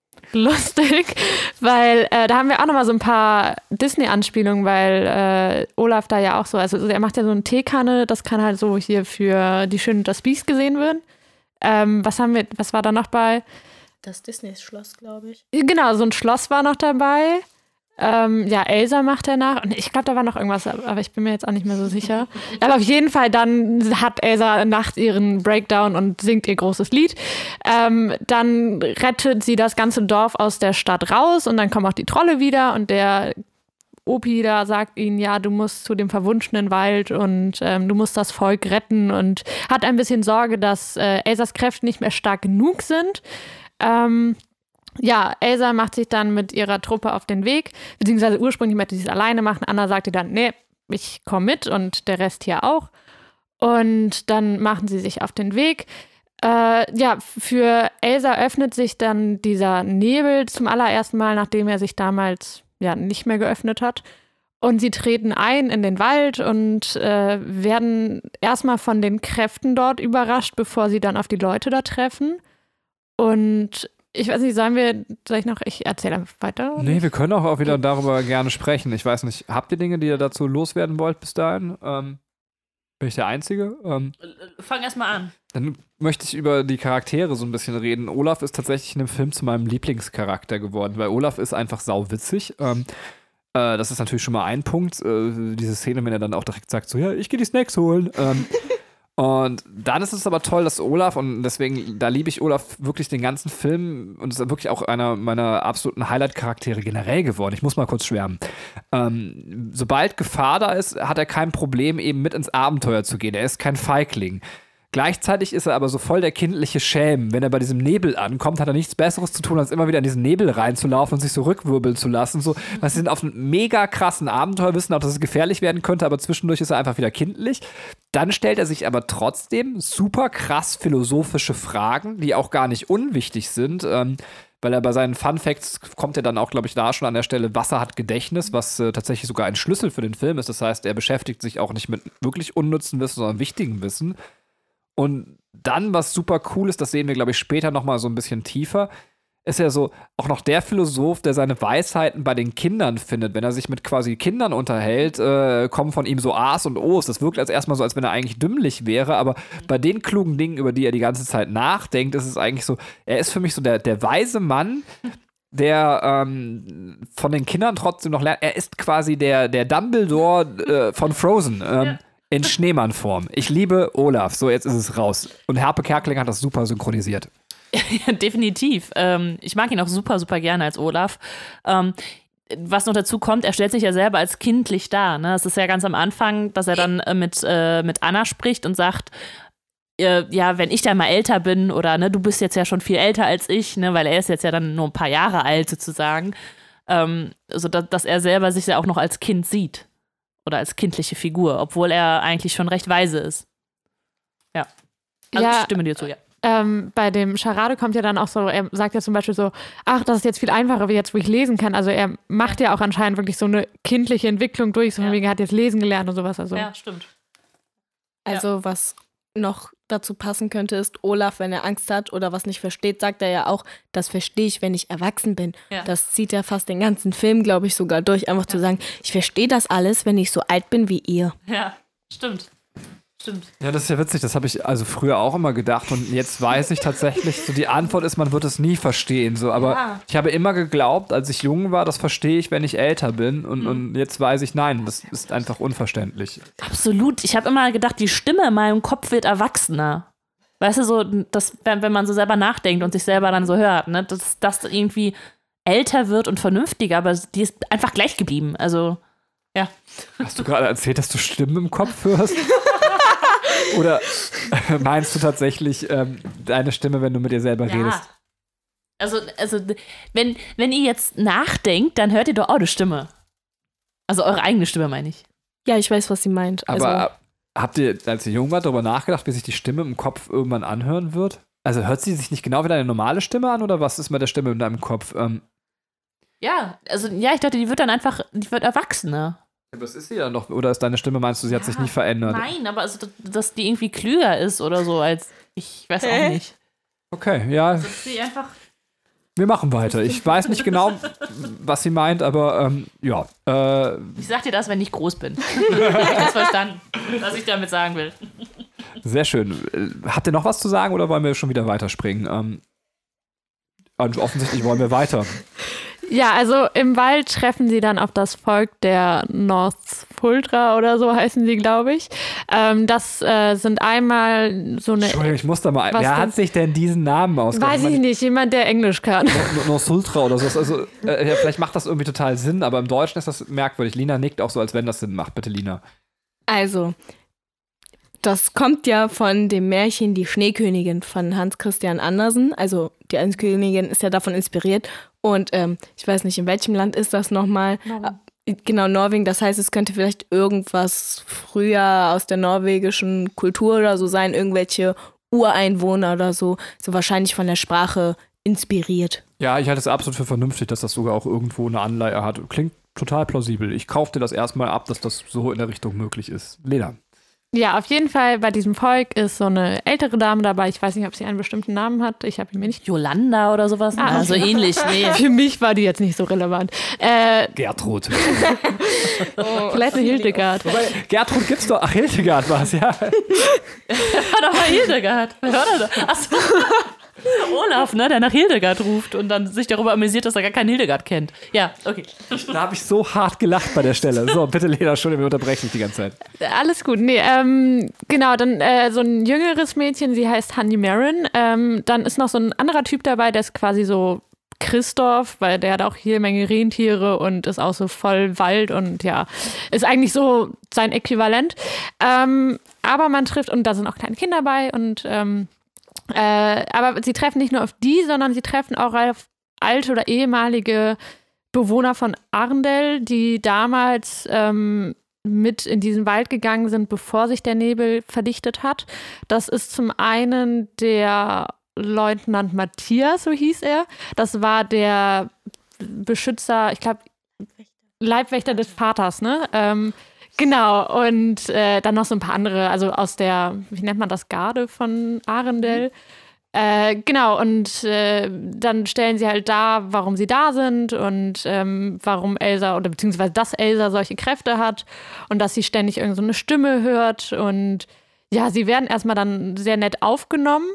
lustig, weil äh, da haben wir auch nochmal so ein paar Disney-Anspielungen, weil äh, Olaf da ja auch so, also er macht ja so eine Teekanne, das kann halt so hier für Die Schöne und das Biest gesehen werden. Ähm, was haben wir, was war da noch bei? Das Disney-Schloss, glaube ich. Genau, so ein Schloss war noch dabei. Ähm, ja, Elsa macht er nach. Und ich glaube, da war noch irgendwas, aber ich bin mir jetzt auch nicht mehr so sicher. Aber auf jeden Fall, dann hat Elsa nachts ihren Breakdown und singt ihr großes Lied. Ähm, dann rettet sie das ganze Dorf aus der Stadt raus und dann kommen auch die Trolle wieder und der Opi da sagt ihnen, ja, du musst zu dem verwunschenen Wald und ähm, du musst das Volk retten und hat ein bisschen Sorge, dass äh, Elsas Kräfte nicht mehr stark genug sind. Ähm, Ja, Elsa macht sich dann mit ihrer Truppe auf den Weg, beziehungsweise ursprünglich möchte sie es alleine machen. Anna sagte dann, nee, ich komme mit und der Rest hier auch. Und dann machen sie sich auf den Weg. Äh, ja, für Elsa öffnet sich dann dieser Nebel zum allerersten Mal, nachdem er sich damals ja nicht mehr geöffnet hat. Und sie treten ein in den Wald und äh, werden erstmal von den Kräften dort überrascht, bevor sie dann auf die Leute da treffen. Und ich weiß nicht, sollen wir, soll ich noch, ich erzähle einfach weiter? Nee, wir können auch, auch wieder darüber gerne sprechen. Ich weiß nicht, habt ihr Dinge, die ihr dazu loswerden wollt bis dahin? Ähm, bin ich der Einzige? Ähm, Fang erst mal an. Dann möchte ich über die Charaktere so ein bisschen reden. Olaf ist tatsächlich in dem Film zu meinem Lieblingscharakter geworden, weil Olaf ist einfach sauwitzig. Ähm, äh, das ist natürlich schon mal ein Punkt. Äh, diese Szene, wenn er dann auch direkt sagt, so, ja, ich gehe die Snacks holen. Ähm, Und dann ist es aber toll, dass Olaf, und deswegen, da liebe ich Olaf wirklich den ganzen Film und ist wirklich auch einer meiner absoluten Highlight-Charaktere generell geworden. Ich muss mal kurz schwärmen. Ähm, sobald Gefahr da ist, hat er kein Problem, eben mit ins Abenteuer zu gehen. Er ist kein Feigling. Gleichzeitig ist er aber so voll der kindliche Schelm. Wenn er bei diesem Nebel ankommt, hat er nichts Besseres zu tun, als immer wieder in diesen Nebel reinzulaufen und sich so rückwirbeln zu lassen. So, weil sie sind auf einem mega krassen Abenteuer, wissen auch, dass es gefährlich werden könnte, aber zwischendurch ist er einfach wieder kindlich. Dann stellt er sich aber trotzdem super krass philosophische Fragen, die auch gar nicht unwichtig sind. Ähm, weil er bei seinen Fun Facts kommt er dann auch, glaube ich, da schon an der Stelle, Wasser hat Gedächtnis, was äh, tatsächlich sogar ein Schlüssel für den Film ist. Das heißt, er beschäftigt sich auch nicht mit wirklich unnützen Wissen, sondern wichtigem Wissen. Und dann, was super cool ist, das sehen wir, glaube ich, später noch mal so ein bisschen tiefer, ist er so auch noch der Philosoph, der seine Weisheiten bei den Kindern findet. Wenn er sich mit quasi Kindern unterhält, äh, kommen von ihm so A's und O's. Das wirkt als erstmal so, als wenn er eigentlich dümmlich wäre, aber bei den klugen Dingen, über die er die ganze Zeit nachdenkt, ist es eigentlich so, er ist für mich so der, der weise Mann, der ähm, von den Kindern trotzdem noch lernt. Er ist quasi der, der Dumbledore äh, von Frozen. Ähm, ja. In Schneemannform. Ich liebe Olaf. So, jetzt ist es raus. Und Harpe Kerkeling hat das super synchronisiert. Ja, definitiv. Ähm, ich mag ihn auch super, super gerne als Olaf. Ähm, was noch dazu kommt, er stellt sich ja selber als kindlich dar. Ne? Es ist ja ganz am Anfang, dass er dann äh, mit, äh, mit Anna spricht und sagt, äh, ja, wenn ich dann mal älter bin oder ne, du bist jetzt ja schon viel älter als ich, ne, weil er ist jetzt ja dann nur ein paar Jahre alt sozusagen. Ähm, also, dass, dass er selber sich ja auch noch als Kind sieht. Oder als kindliche Figur, obwohl er eigentlich schon recht weise ist. Ja. Also ja, ich stimme dir zu, ja. Ähm, bei dem Charade kommt ja dann auch so, er sagt ja zum Beispiel so, ach, das ist jetzt viel einfacher, wie jetzt, wo ich lesen kann. Also er macht ja auch anscheinend wirklich so eine kindliche Entwicklung durch, so ja. wegen, er hat jetzt lesen gelernt und sowas. Also. Ja, stimmt. Also was noch dazu passen könnte, ist Olaf, wenn er Angst hat oder was nicht versteht, sagt er ja auch, das verstehe ich, wenn ich erwachsen bin. Ja. Das zieht ja fast den ganzen Film, glaube ich, sogar durch, einfach ja. zu sagen, ich verstehe das alles, wenn ich so alt bin wie ihr. Ja, stimmt. Stimmt. Ja, das ist ja witzig, das habe ich also früher auch immer gedacht und jetzt weiß ich tatsächlich, so die Antwort ist, man wird es nie verstehen, so, aber ja. ich habe immer geglaubt, als ich jung war, das verstehe ich, wenn ich älter bin und, mhm. und jetzt weiß ich, nein, das ist einfach unverständlich. Absolut, ich habe immer gedacht, die Stimme in meinem Kopf wird erwachsener. Weißt du, so, dass, wenn, wenn man so selber nachdenkt und sich selber dann so hört, ne, dass das irgendwie älter wird und vernünftiger, aber die ist einfach gleich geblieben, also, ja. Hast du gerade erzählt, dass du Stimmen im Kopf hörst? Oder meinst du tatsächlich ähm, deine Stimme, wenn du mit dir selber ja. redest? Also, also wenn, wenn ihr jetzt nachdenkt, dann hört ihr doch auch eine Stimme. Also eure eigene Stimme, meine ich. Ja, ich weiß, was sie meint. Aber also, habt ihr, als ihr jung wart, darüber nachgedacht, wie sich die Stimme im Kopf irgendwann anhören wird? Also hört sie sich nicht genau wie deine normale Stimme an oder was ist mit der Stimme in deinem Kopf? Ähm, ja, also ja, ich dachte, die wird dann einfach, die wird erwachsener. Aber das ist sie ja noch, oder ist deine Stimme, meinst du, sie hat ja, sich nie verändert? Nein, aber also, dass die irgendwie klüger ist oder so, als ich weiß auch äh? nicht. Okay, ja. Also, sie einfach wir machen weiter. Ich weiß nicht genau, was sie meint, aber ähm, ja. Äh, ich sag dir das, wenn ich groß bin. Ich hab's verstanden, was ich damit sagen will. Sehr schön. Habt ihr noch was zu sagen oder wollen wir schon wieder weiterspringen? Ähm, also offensichtlich wollen wir weiter. Ja, also im Wald treffen sie dann auf das Volk der Northfuldra oder so heißen sie, glaube ich. Ähm, das äh, sind einmal so eine... Entschuldigung, ich muss da mal... Wer hat sich denn diesen Namen ausgedacht? Weiß ich nicht, jemand, der Englisch kann. Northfuldra oder so. Also, äh, ja, vielleicht macht das irgendwie total Sinn, aber im Deutschen ist das merkwürdig. Lina nickt auch so, als wenn das Sinn macht. Bitte, Lina. Also, das kommt ja von dem Märchen Die Schneekönigin von Hans Christian Andersen. Also, die Schneekönigin ist ja davon inspiriert. Und ähm, ich weiß nicht, in welchem Land ist das nochmal? Norwegen. Genau, Norwegen. Das heißt, es könnte vielleicht irgendwas früher aus der norwegischen Kultur oder so sein, irgendwelche Ureinwohner oder so, so wahrscheinlich von der Sprache inspiriert. Ja, ich halte es absolut für vernünftig, dass das sogar auch irgendwo eine Anleihe hat. Klingt total plausibel. Ich kaufe dir das erstmal ab, dass das so in der Richtung möglich ist. Lena. Ja, auf jeden Fall bei diesem Volk ist so eine ältere Dame dabei. Ich weiß nicht, ob sie einen bestimmten Namen hat. Ich habe ihn mir nicht. Yolanda oder sowas? Ah, ah, so ähnlich. Nee. Für mich war die jetzt nicht so relevant. Äh, Gertrud. oh, vielleicht eine Hildegard. Wobei, Gertrud gibt's doch. Ach, Hildegard war es, ja. War doch mal Hildegard. Wer war das? Achso. Olaf, ne, der nach Hildegard ruft und dann sich darüber amüsiert, dass er gar keinen Hildegard kennt. Ja, okay. Da habe ich so hart gelacht bei der Stelle. So, bitte, Lena, Entschuldigung, wir unterbrechen dich die ganze Zeit. Alles gut. Nee, ähm, genau, dann äh, so ein jüngeres Mädchen, sie heißt Honey Marin. Ähm, dann ist noch so ein anderer Typ dabei, der ist quasi so Christoph, weil der hat auch jede Menge Rentiere und ist auch so voll Wald und ja, ist eigentlich so sein Äquivalent. Ähm, aber man trifft, und da sind auch kleine Kinder bei und ähm, Äh, aber sie treffen nicht nur auf die, sondern sie treffen auch auf alte oder ehemalige Bewohner von Arndel, die damals ähm, mit in diesen Wald gegangen sind, bevor sich der Nebel verdichtet hat. Das ist zum einen der Leutnant Matthias, so hieß er. Das war der Beschützer, ich glaube, Leibwächter des Vaters, ne? Ähm, Genau, und äh, dann noch so ein paar andere, also aus der, wie nennt man das, Garde von Arendelle. Mhm. Äh, genau, und äh, dann stellen sie halt dar, warum sie da sind und ähm, warum Elsa, oder beziehungsweise dass Elsa solche Kräfte hat und dass sie ständig irgend so eine Stimme hört. Und ja, sie werden erstmal dann sehr nett aufgenommen,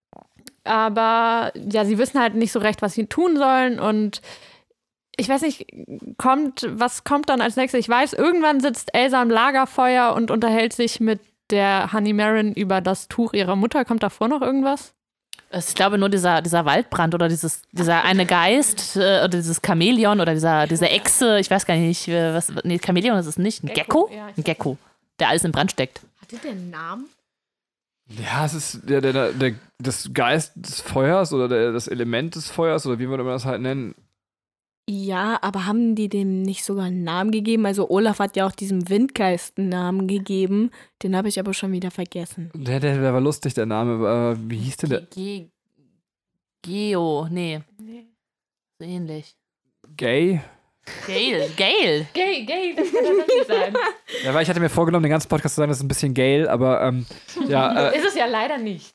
aber ja, sie wissen halt nicht so recht, was sie tun sollen und ich weiß nicht, kommt, was kommt dann als nächstes? Ich weiß, irgendwann sitzt Elsa am Lagerfeuer und unterhält sich mit der Honey Marin über das Tuch ihrer Mutter. Kommt davor noch irgendwas? Ich glaube nur dieser, dieser Waldbrand oder dieses, dieser eine Geist äh, oder dieses Chamäleon oder dieser, diese Echse, ich weiß gar nicht, was, nee, Chamäleon ist es nicht, ein Gecko? Gecko? Ja, ein Gecko, der alles in Brand steckt. Hatte der einen Namen? Ja, es ist der, der, der, der, das Geist des Feuers oder der, das Element des Feuers oder wie würde man das halt nennen. Ja, aber haben die dem nicht sogar einen Namen gegeben? Also Olaf hat ja auch diesem Windgeist einen Namen gegeben. Den habe ich aber schon wieder vergessen. Der, der, der war lustig, der Name. Aber wie hieß denn der? Ge- Geo, nee. nee. So ähnlich. Gay? Gail, Gail. Gay, gay, das kann das nicht sein. Ja, weil ich hatte mir vorgenommen, den ganzen Podcast zu sagen, das ist ein bisschen Gale, aber ähm, ja. Äh, Ist es ja leider nicht.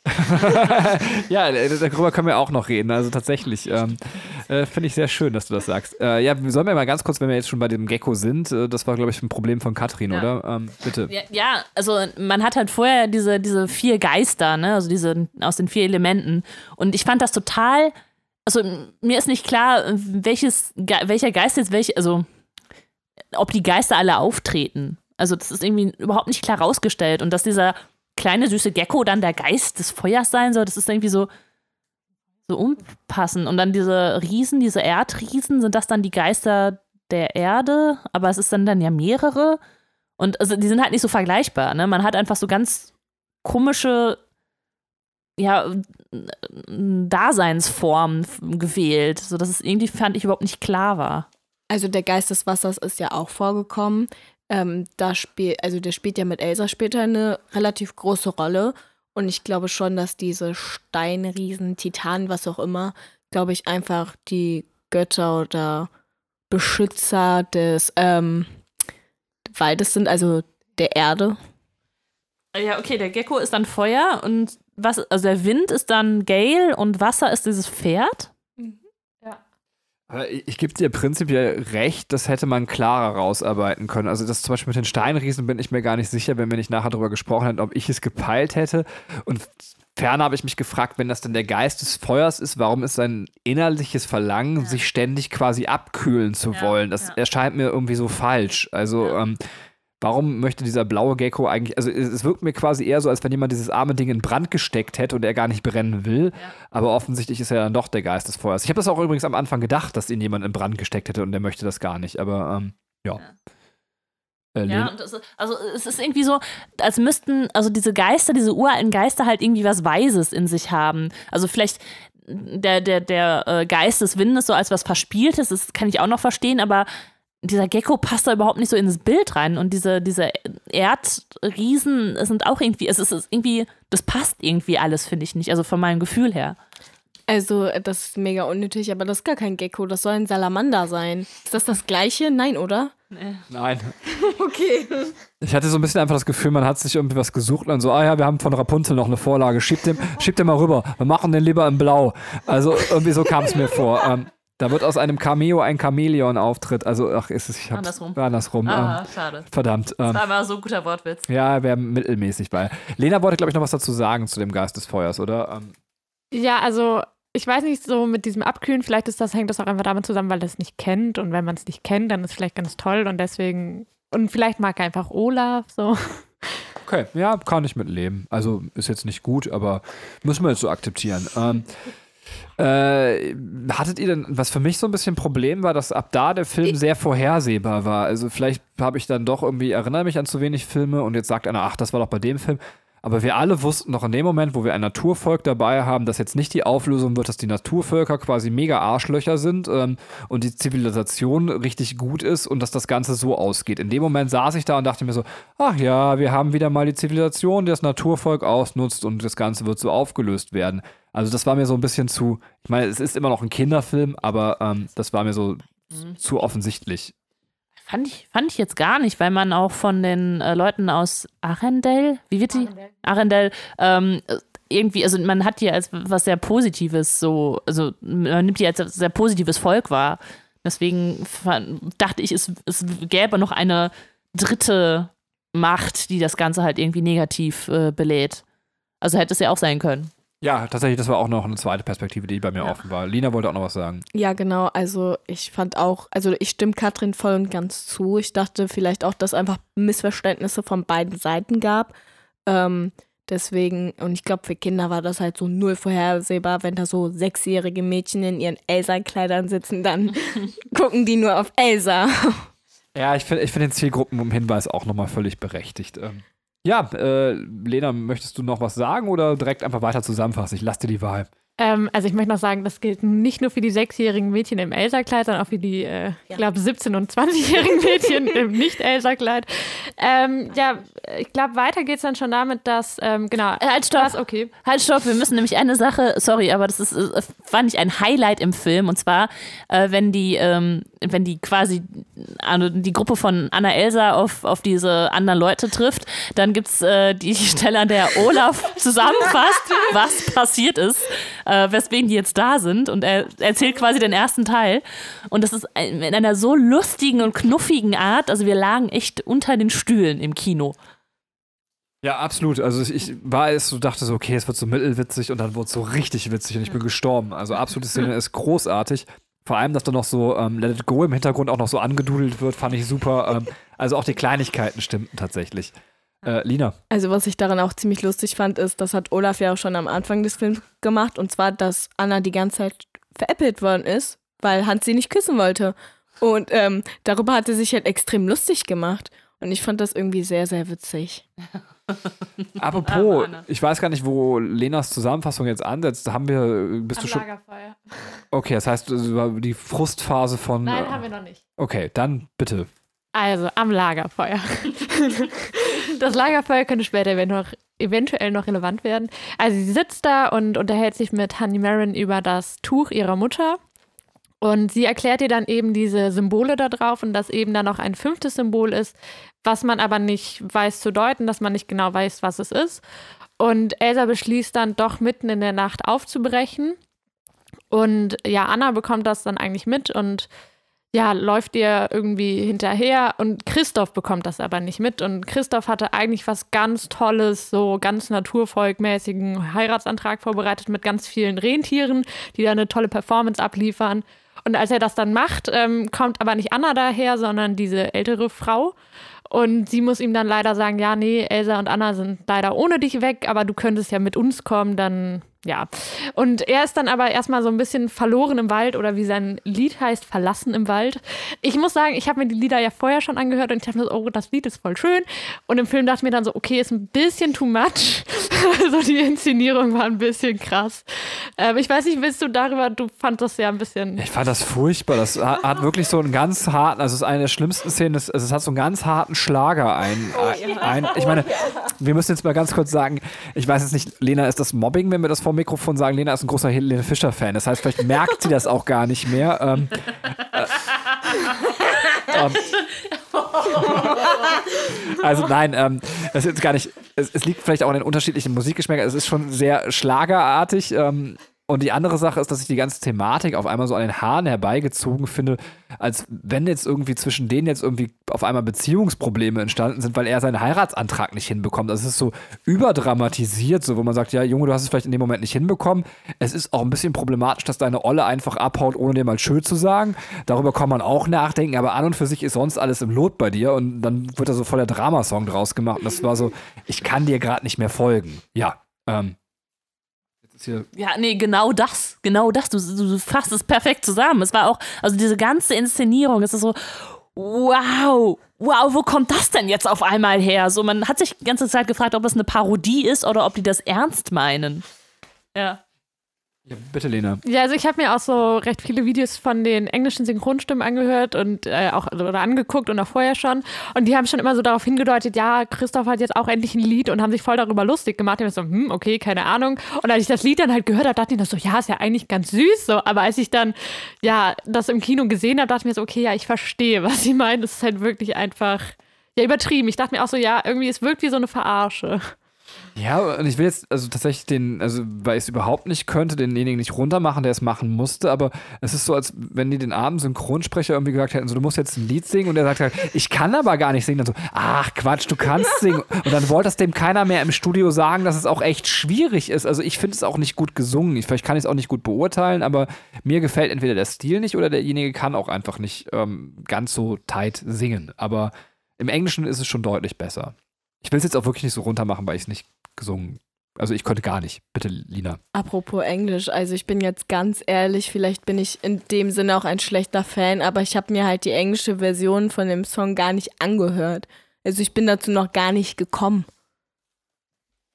ja, darüber können wir auch noch reden. Also tatsächlich ähm, äh, finde ich sehr schön, dass du das sagst. Äh, ja, sollen wir mal ganz kurz, wenn wir jetzt schon bei dem Gecko sind, äh, das war, glaube ich, ein Problem von Katrin, Ja. oder? Ähm, bitte. Ja, ja, also man hat halt vorher diese, diese vier Geister, ne? Also diese aus den vier Elementen. Und ich fand das total, also mir ist nicht klar, welches, Ge- welcher Geist jetzt welche, also ob die Geister alle auftreten. Also das ist irgendwie überhaupt nicht klar rausgestellt. Und dass dieser kleine süße Gecko dann der Geist des Feuers sein soll, das ist irgendwie so, so unpassend. Und dann diese Riesen, diese Erdriesen, sind das dann die Geister der Erde? Aber es ist dann, dann ja mehrere. Und also die sind halt nicht so vergleichbar. Ne? Man hat einfach so ganz komische ja, Daseinsformen gewählt, sodass es irgendwie, fand ich, überhaupt nicht klar war. Also der Geist des Wassers ist ja auch vorgekommen. Ähm, da spielt, also der spielt ja mit Elsa später eine relativ große Rolle. Und ich glaube schon, dass diese Steinriesen, Titanen, was auch immer, glaube ich, einfach die Götter oder Beschützer des ähm, Waldes sind, also der Erde. Ja, okay, der Gecko ist dann Feuer und was, also der Wind ist dann Gale und Wasser ist dieses Pferd. Aber Ich, ich gebe dir prinzipiell recht, das hätte man klarer rausarbeiten können. Also das zum Beispiel mit den Steinriesen bin ich mir gar nicht sicher, wenn wir nicht nachher darüber gesprochen hätten, ob ich es gepeilt hätte. Und ferner habe ich mich gefragt, wenn das denn der Geist des Feuers ist, warum ist sein innerliches Verlangen, Ja. sich ständig quasi abkühlen zu Ja, wollen? Das ja. erscheint mir irgendwie so falsch. Also Ja. ähm, warum möchte dieser blaue Gecko eigentlich, also es, es wirkt mir quasi eher so, als wenn jemand dieses arme Ding in Brand gesteckt hätte und er gar nicht brennen will. Ja. Aber offensichtlich ist er dann doch der Geist des Feuers. Ich habe das auch übrigens am Anfang gedacht, dass ihn jemand in Brand gesteckt hätte und der möchte das gar nicht. Aber ähm, ja. Äh, Ja, Len- und das, ist- also es ist irgendwie so, als müssten, also diese Geister, diese uralten Geister halt irgendwie was Weises in sich haben. Also vielleicht der, der, der äh, Geist des Windes so als was Verspieltes, das kann ich auch noch verstehen, aber dieser Gecko passt da überhaupt nicht so ins Bild rein. Und diese, diese Erdriesen sind auch irgendwie, es ist irgendwie, das passt irgendwie alles, finde ich nicht. Also von meinem Gefühl her. Also das ist mega unnötig, aber das ist gar kein Gecko, das soll ein Salamander sein. Ist das das gleiche? Nein, oder? Nein. Okay. Ich hatte so ein bisschen einfach das Gefühl, man hat sich irgendwie was gesucht und dann so, ah ja, wir haben von Rapunzel noch eine Vorlage, schiebt den, schiebt den mal rüber, wir machen den lieber in Blau. Also irgendwie so kam es mir vor. Ähm, da wird aus einem Cameo ein Chamäleon-Auftritt. Also, ach, ist es, ich hab's Andersrum. andersrum. Ah, ähm, schade. verdammt. Das Ähm, war mal so ein guter Wortwitz. ja, wäre mittelmäßig, weil Lena wollte, glaube ich, noch was dazu sagen zu dem Geist des Feuers, oder? Ähm, Ja, also ich weiß nicht, so mit diesem Abkühlen, vielleicht ist das, hängt das auch einfach damit zusammen, weil er es nicht kennt. Und wenn man es nicht kennt, dann ist es vielleicht ganz toll und deswegen, und vielleicht mag er einfach Olaf so. Okay, ja, kann ich mitleben. Also ist jetzt nicht gut, aber müssen wir jetzt so akzeptieren. Ähm, äh, hattet ihr denn, was für mich so ein bisschen ein Problem war, dass ab da der Film sehr vorhersehbar war. Also vielleicht habe ich dann doch irgendwie, erinnere mich an zu wenig Filme und jetzt sagt einer, ach, das war doch bei dem Film. Aber wir alle wussten noch in dem Moment, wo wir ein Naturvolk dabei haben, dass jetzt nicht die Auflösung wird, dass die Naturvölker quasi mega Arschlöcher sind ähm, und die Zivilisation richtig gut ist und dass das Ganze so ausgeht. In dem Moment saß ich da und dachte mir so, ach ja, wir haben wieder mal die Zivilisation, die das Naturvolk ausnutzt und das Ganze wird so aufgelöst werden. Also das war mir so ein bisschen zu, ich meine, es ist immer noch ein Kinderfilm, aber ähm, das war mir so Mhm. zu offensichtlich. Fand ich, fand ich jetzt gar nicht, weil man auch von den äh, Leuten aus Arendelle, wie wird die? Arendelle, ähm, irgendwie, also man hat die als was sehr Positives so, also man nimmt die als sehr positives Volk wahr. Deswegen fand, dachte ich, es, es gäbe noch eine dritte Macht, die das Ganze halt irgendwie negativ äh, belädt. Also hätte es ja auch sein können. Ja, tatsächlich, das war auch noch eine zweite Perspektive, die bei mir Ja. offen war. Lina wollte auch noch was sagen. Ja, genau. Also ich fand auch, also ich stimme Katrin voll und ganz zu. Ich dachte vielleicht auch, dass es einfach Missverständnisse von beiden Seiten gab. Ähm, deswegen, und ich glaube, für Kinder war das halt so null vorhersehbar, wenn da so sechsjährige Mädchen in ihren Elsa-Kleidern sitzen, dann gucken die nur auf Elsa. Ja, ich finde ich find den Zielgruppenhinweis auch nochmal völlig berechtigt. Ähm, ja, äh, Lena, möchtest du noch was sagen oder direkt einfach weiter zusammenfassen? Ich lasse dir die Wahl. Ähm, also ich möchte noch sagen, das gilt nicht nur für die sechsjährigen Mädchen im Elsa-Kleid, sondern auch für die, äh, ja. ich glaube, siebzehn- und zwanzigjährigen Mädchen im Nicht-Elsa-Kleid. Ähm, ja, ich glaube, weiter geht es dann schon damit, dass, ähm, genau. Äh, halt, stopp. Was, okay. Halt, stopp. Wir müssen nämlich eine Sache, sorry, aber das ist, äh, fand ich ein Highlight im Film. Und zwar, äh, wenn die, ähm, wenn die quasi also die Gruppe von Anna Elsa auf, auf diese anderen Leute trifft, dann gibt es äh, die Stelle, an der Olaf zusammenfasst, was passiert ist, äh, weswegen die jetzt da sind. Und er erzählt quasi den ersten Teil. Und das ist in einer so lustigen und knuffigen Art. Also wir lagen echt unter den Stühlen im Kino. Ja, absolut. Also ich war es so, dachte so, okay, es wird so mittelwitzig und dann wurde es so richtig witzig und ich bin gestorben. Also absolute Szene ist großartig. Vor allem, dass da noch so ähm, Let It Go im Hintergrund auch noch so angedudelt wird, fand ich super. Ähm, also auch die Kleinigkeiten stimmten tatsächlich. Äh, Lina? Also was ich daran auch ziemlich lustig fand, ist, das hat Olaf ja auch schon am Anfang des Films gemacht, und zwar, dass Anna die ganze Zeit veräppelt worden ist, weil Hans sie nicht küssen wollte. Und ähm, darüber hat er sich halt extrem lustig gemacht. Und ich fand das irgendwie sehr, sehr witzig. Apropos, ich weiß gar nicht, wo Lenas Zusammenfassung jetzt ansetzt. Da haben wir, bist Am du schon. Lagerfeuer. Okay, das heißt, es war die Frustphase von. Nein, äh, haben wir noch nicht. Okay, dann bitte. Also, am Lagerfeuer. Das Lagerfeuer könnte später eventuell noch, eventuell noch relevant werden. Also, sie sitzt da und unterhält sich mit Honey Marin über das Tuch ihrer Mutter. Und sie erklärt ihr dann eben diese Symbole da drauf und dass eben da noch ein fünftes Symbol ist, was man aber nicht weiß zu deuten, dass man nicht genau weiß, was es ist. Und Elsa beschließt dann doch mitten in der Nacht aufzubrechen. Und ja, Anna bekommt das dann eigentlich mit und ja, läuft ihr irgendwie hinterher. Und Christoph bekommt das aber nicht mit. Und Christoph hatte eigentlich was ganz Tolles, so ganz naturvolkmäßigen Heiratsantrag vorbereitet mit ganz vielen Rentieren, die da eine tolle Performance abliefern. Und als er das dann macht, ähm, kommt aber nicht Anna daher, sondern diese ältere Frau. Und sie muss ihm dann leider sagen, ja, nee, Elsa und Anna sind leider ohne dich weg, aber du könntest ja mit uns kommen, dann ja. Und er ist dann aber erstmal so ein bisschen verloren im Wald, oder wie sein Lied heißt, verlassen im Wald. Ich muss sagen, ich habe mir die Lieder ja vorher schon angehört und ich dachte mir so, oh, das Lied ist voll schön. Und im Film dachte ich mir dann so, okay, ist ein bisschen too much. Also die Inszenierung war ein bisschen krass. Ähm, ich weiß nicht, willst du darüber, du fandest das ja ein bisschen... Ich fand das furchtbar. Das hat, hat wirklich so einen ganz harten, also es ist eine der schlimmsten Szenen, das, also es hat so einen ganz harten Schlager ein, ein, ein. Ich meine, wir müssen jetzt mal ganz kurz sagen, ich weiß jetzt nicht, Lena, ist das Mobbing, wenn wir das vor dem Mikrofon sagen? Lena ist ein großer Helene Fischer-Fan. Das heißt, vielleicht merkt sie das auch gar nicht mehr. Ähm, äh, ähm, also nein, ähm, das ist jetzt gar nicht, es, es liegt vielleicht auch an den unterschiedlichen Musikgeschmäckern. Es ist schon sehr schlagerartig. Ähm, Und die andere Sache ist, dass ich die ganze Thematik auf einmal so an den Haaren herbeigezogen finde, als wenn jetzt irgendwie zwischen denen jetzt irgendwie auf einmal Beziehungsprobleme entstanden sind, weil er seinen Heiratsantrag nicht hinbekommt. Also es ist so überdramatisiert, so wo man sagt, ja Junge, du hast es vielleicht in dem Moment nicht hinbekommen. Es ist auch ein bisschen problematisch, dass deine Olle einfach abhaut, ohne dir mal schön zu sagen. Darüber kann man auch nachdenken, aber an und für sich ist sonst alles im Lot bei dir und dann wird da so voll der Dramasong draus gemacht. Und das war so, ich kann dir gerade nicht mehr folgen. Ja, ähm. Hier. Ja, nee, genau das, genau das, du, du, du fasst es perfekt zusammen. Es war auch, also diese ganze Inszenierung, es ist so, wow, wow, wo kommt das denn jetzt auf einmal her? So, man hat sich die ganze Zeit gefragt, ob es eine Parodie ist oder ob die das ernst meinen. Ja. Ja, bitte, Lena. Ja, also ich habe mir auch so recht viele Videos von den englischen Synchronstimmen angehört und äh, auch oder angeguckt und auch vorher schon. Und die haben schon immer so darauf hingedeutet, ja, Christoph hat jetzt auch endlich ein Lied und haben sich voll darüber lustig gemacht. Ich habe so, hm, okay, keine Ahnung. Und als ich das Lied dann halt gehört habe, dachte ich mir so, ja, ist ja eigentlich ganz süß. So. Aber als ich dann ja das im Kino gesehen habe, dachte ich mir so, okay, ja, ich verstehe, was sie meinen. Das ist halt wirklich einfach ja übertrieben. Ich dachte mir auch so, ja, irgendwie, es wirkt wie so eine Verarsche. Ja, und ich will jetzt also tatsächlich den, also weil ich es überhaupt nicht könnte, denjenigen nicht runtermachen, der es machen musste, aber es ist so, als wenn die den armen Synchronsprecher irgendwie gesagt hätten, so, du musst jetzt ein Lied singen und er sagt halt, ich kann aber gar nicht singen. Dann so, ach Quatsch, du kannst singen. Und dann wollte es dem keiner mehr im Studio sagen, dass es auch echt schwierig ist. Also ich finde es auch nicht gut gesungen. Ich, vielleicht kann ich es auch nicht gut beurteilen, aber mir gefällt entweder der Stil nicht oder derjenige kann auch einfach nicht ähm, ganz so tight singen. Aber im Englischen ist es schon deutlich besser. Ich will es jetzt auch wirklich nicht so runter machen, weil ich es nicht gesungen. Also ich konnte gar nicht. Bitte, Lina. Apropos Englisch, also ich bin jetzt ganz ehrlich, vielleicht bin ich in dem Sinne auch ein schlechter Fan, aber ich habe mir halt die englische Version von dem Song gar nicht angehört. Also ich bin dazu noch gar nicht gekommen.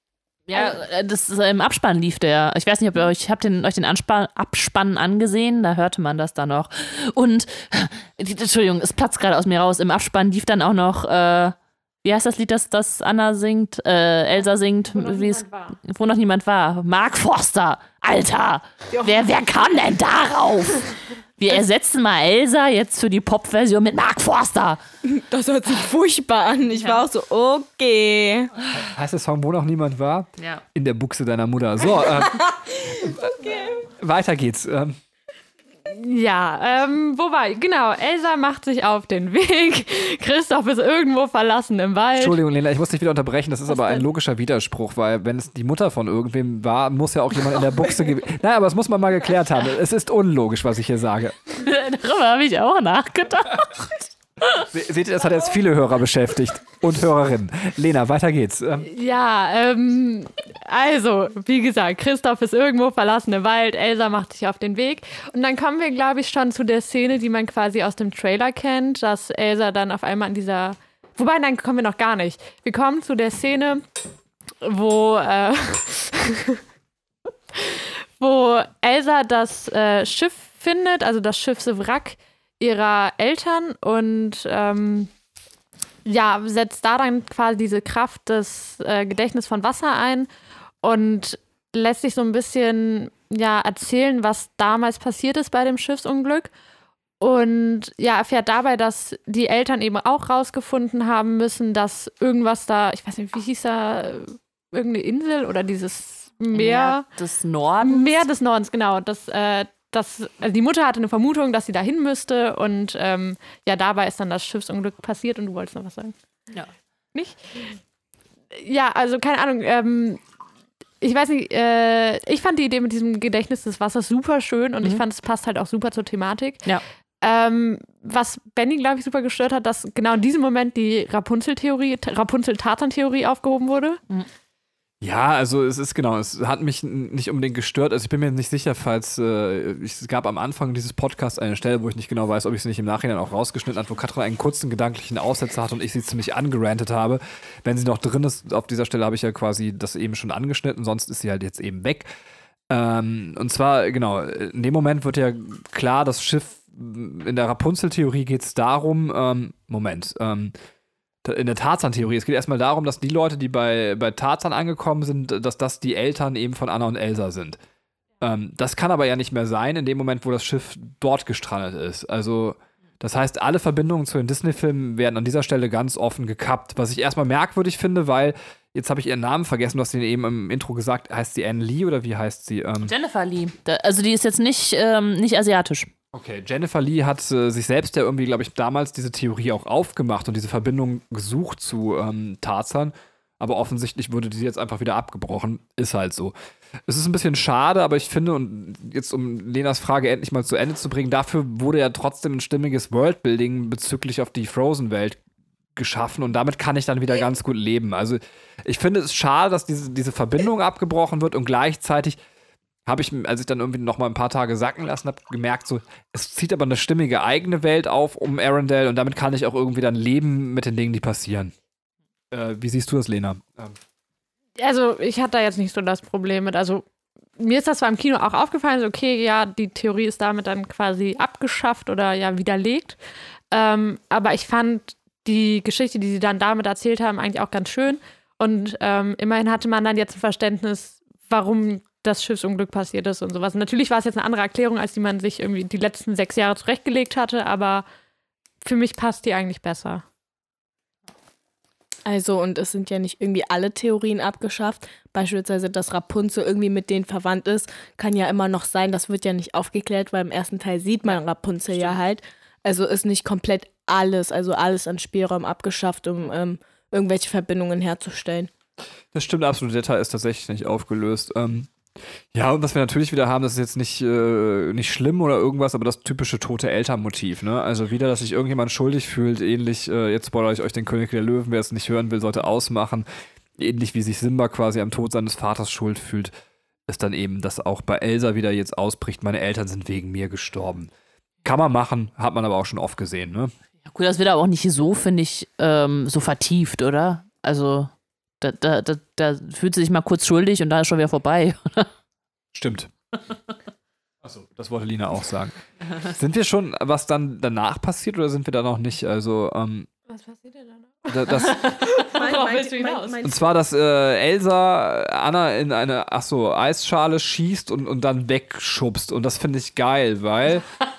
Ja, das ist, im Abspann lief der. Ich weiß nicht, ob ihr euch, habt den, euch den Anspann, Abspann angesehen, da hörte man das dann noch. Und, Entschuldigung, es platzt gerade aus mir raus. Im Abspann lief dann auch noch, äh, wie heißt das Lied, das, das Anna singt, äh, Elsa singt, Wo noch wie es, niemand war. wo noch niemand war. Mark Forster, Alter, wer, wer kam denn darauf? Wir ersetzen mal Elsa jetzt für die Pop-Version mit Mark Forster. Das hört sich furchtbar an. Ich war auch so, okay. Heißt der Song, wo noch niemand war? Ja. In der Buchse deiner Mutter. So, ähm, okay. Weiter geht's. Ähm, Ja, ähm, wo war ich? Genau, Elsa macht sich auf den Weg. Christoph ist irgendwo verlassen im Wald. Entschuldigung, Lena, ich muss dich wieder unterbrechen. Das ist Was aber ein denn? logischer Widerspruch, weil wenn es die Mutter von irgendwem war, muss ja auch jemand in der Buchse gewesen. Naja, aber das muss man mal geklärt haben. Es ist unlogisch, was ich hier sage. Darüber habe ich auch nachgedacht. Se- Seht ihr, das hat jetzt viele Hörer beschäftigt und Hörerinnen. Lena, weiter geht's. Ähm, Ja, ähm, also, wie gesagt, Christoph ist irgendwo verlassen im Wald, Elsa macht sich auf den Weg. Und dann kommen wir, glaube ich, schon zu der Szene, die man quasi aus dem Trailer kennt, dass Elsa dann auf einmal an dieser. Wobei, nein, kommen wir noch gar nicht. Wir kommen zu der Szene, wo, äh, wo Elsa das äh, Schiff findet, also das Schiffswrack ihrer Eltern und ähm, ja, setzt da dann quasi diese Kraft des äh, Gedächtnisses von Wasser ein und lässt sich so ein bisschen ja, erzählen, was damals passiert ist bei dem Schiffsunglück. Und ja, erfährt dabei, dass die Eltern eben auch rausgefunden haben müssen, dass irgendwas da, ich weiß nicht, wie hieß da, irgendeine Insel oder dieses Meer, des Nordens. Meer des Nordens, genau, das äh, Das, also die Mutter hatte eine Vermutung, dass sie dahin müsste und ähm, ja, dabei ist dann das Schiffsunglück passiert und du wolltest noch was sagen? Ja. Nicht? Ja, also keine Ahnung, ähm, ich weiß nicht, äh, ich fand die Idee mit diesem Gedächtnis des Wassers super schön und Mhm. ich fand, es passt halt auch super zur Thematik. Ja. Ähm, was Benny, glaube ich, super gestört hat, dass genau in diesem Moment die Rapunzel-Theorie, Rapunzel-Tarzan-Theorie aufgehoben wurde. Ja, also es ist genau, es hat mich n- nicht unbedingt gestört. Also ich bin mir nicht sicher, falls äh, ich- es gab am Anfang dieses Podcasts eine Stelle, wo ich nicht genau weiß, ob ich sie nicht im Nachhinein auch rausgeschnitten habe, wo Katrin einen kurzen gedanklichen Aussetzer hat und ich sie ziemlich angerantet habe. Wenn sie noch drin ist, auf dieser Stelle habe ich ja quasi das eben schon angeschnitten, sonst ist sie halt jetzt eben weg. Ähm, und zwar, genau, in dem Moment wird ja klar, das Schiff, in der Rapunzel-Theorie geht es darum, ähm, Moment, ähm, in der Tarzan-Theorie. Es geht erstmal darum, dass die Leute, die bei, bei Tarzan angekommen sind, dass das die Eltern eben von Anna und Elsa sind. Ähm, das kann aber ja nicht mehr sein, in dem Moment, wo das Schiff dort gestrandet ist. Also, das heißt, alle Verbindungen zu den Disney-Filmen werden an dieser Stelle ganz offen gekappt. Was ich erstmal merkwürdig finde, weil, jetzt habe ich ihren Namen vergessen, du hast ihn eben im Intro gesagt, heißt sie Anne Lee oder wie heißt sie? Ähm, Jennifer Lee. Da, also die ist jetzt nicht, ähm, nicht asiatisch. Okay, Jennifer Lee hat äh, sich selbst ja irgendwie, glaube ich, damals diese Theorie auch aufgemacht und diese Verbindung gesucht zu ähm, Tarzan. Aber offensichtlich wurde die jetzt einfach wieder abgebrochen. Ist halt so. Es ist ein bisschen schade, aber ich finde, und jetzt um Lenas Frage endlich mal zu Ende zu bringen, dafür wurde ja trotzdem ein stimmiges Worldbuilding bezüglich auf die Frozen-Welt geschaffen und damit kann ich dann wieder ganz gut leben. Also ich finde es schade, dass diese, diese Verbindung abgebrochen wird und gleichzeitig habe ich, als ich dann irgendwie noch mal ein paar Tage sacken lassen habe, gemerkt, so, es zieht aber eine stimmige eigene Welt auf um Arendelle und damit kann ich auch irgendwie dann leben mit den Dingen, die passieren. Äh, wie siehst du das, Lena? Ähm. Also ich hatte da jetzt nicht so das Problem mit. Also mir ist das zwar im Kino auch aufgefallen, so okay, ja, die Theorie ist damit dann quasi abgeschafft oder ja widerlegt. Ähm, aber ich fand die Geschichte, die sie dann damit erzählt haben, eigentlich auch ganz schön. Und ähm, immerhin hatte man dann jetzt ein Verständnis, warum das Schiffsunglück passiert ist und sowas. Natürlich war es jetzt eine andere Erklärung, als die man sich irgendwie die letzten sechs Jahre zurechtgelegt hatte, aber für mich passt die eigentlich besser. Also, und es sind ja nicht irgendwie alle Theorien abgeschafft. Beispielsweise, dass Rapunzel irgendwie mit denen verwandt ist, kann ja immer noch sein. Das wird ja nicht aufgeklärt, weil im ersten Teil sieht man Rapunzel Stimmt. ja halt. Also ist nicht komplett alles, also alles an Spielraum abgeschafft, um ähm, irgendwelche Verbindungen herzustellen. Das stimmt absolut, der Teil ist tatsächlich nicht aufgelöst. Ähm, ja, und was wir natürlich wieder haben, das ist jetzt nicht, äh, nicht schlimm oder irgendwas, aber das typische tote Elternmotiv, ne? Also wieder, dass sich irgendjemand schuldig fühlt, ähnlich, äh, jetzt spoilere ich euch den König der Löwen, wer es nicht hören will, sollte ausmachen. Ähnlich wie sich Simba quasi am Tod seines Vaters schuld fühlt, ist dann eben, dass auch bei Elsa wieder jetzt ausbricht, meine Eltern sind wegen mir gestorben. Kann man machen, hat man aber auch schon oft gesehen, ne? Ja, gut, das wird aber auch nicht so, finde ich, ähm, so vertieft, oder? Also, Da, da, da, da fühlt sie sich mal kurz schuldig und da ist schon wieder vorbei. Stimmt. Achso, das wollte Lina auch sagen. Sind wir schon, was dann danach passiert oder sind wir da noch nicht? Also, ähm, Was passiert denn danach? da- das, Worauf willst du hinaus? und zwar, dass äh, Elsa Anna in eine, ach so, Eisschale schießt und, und dann wegschubst. Und das finde ich geil, weil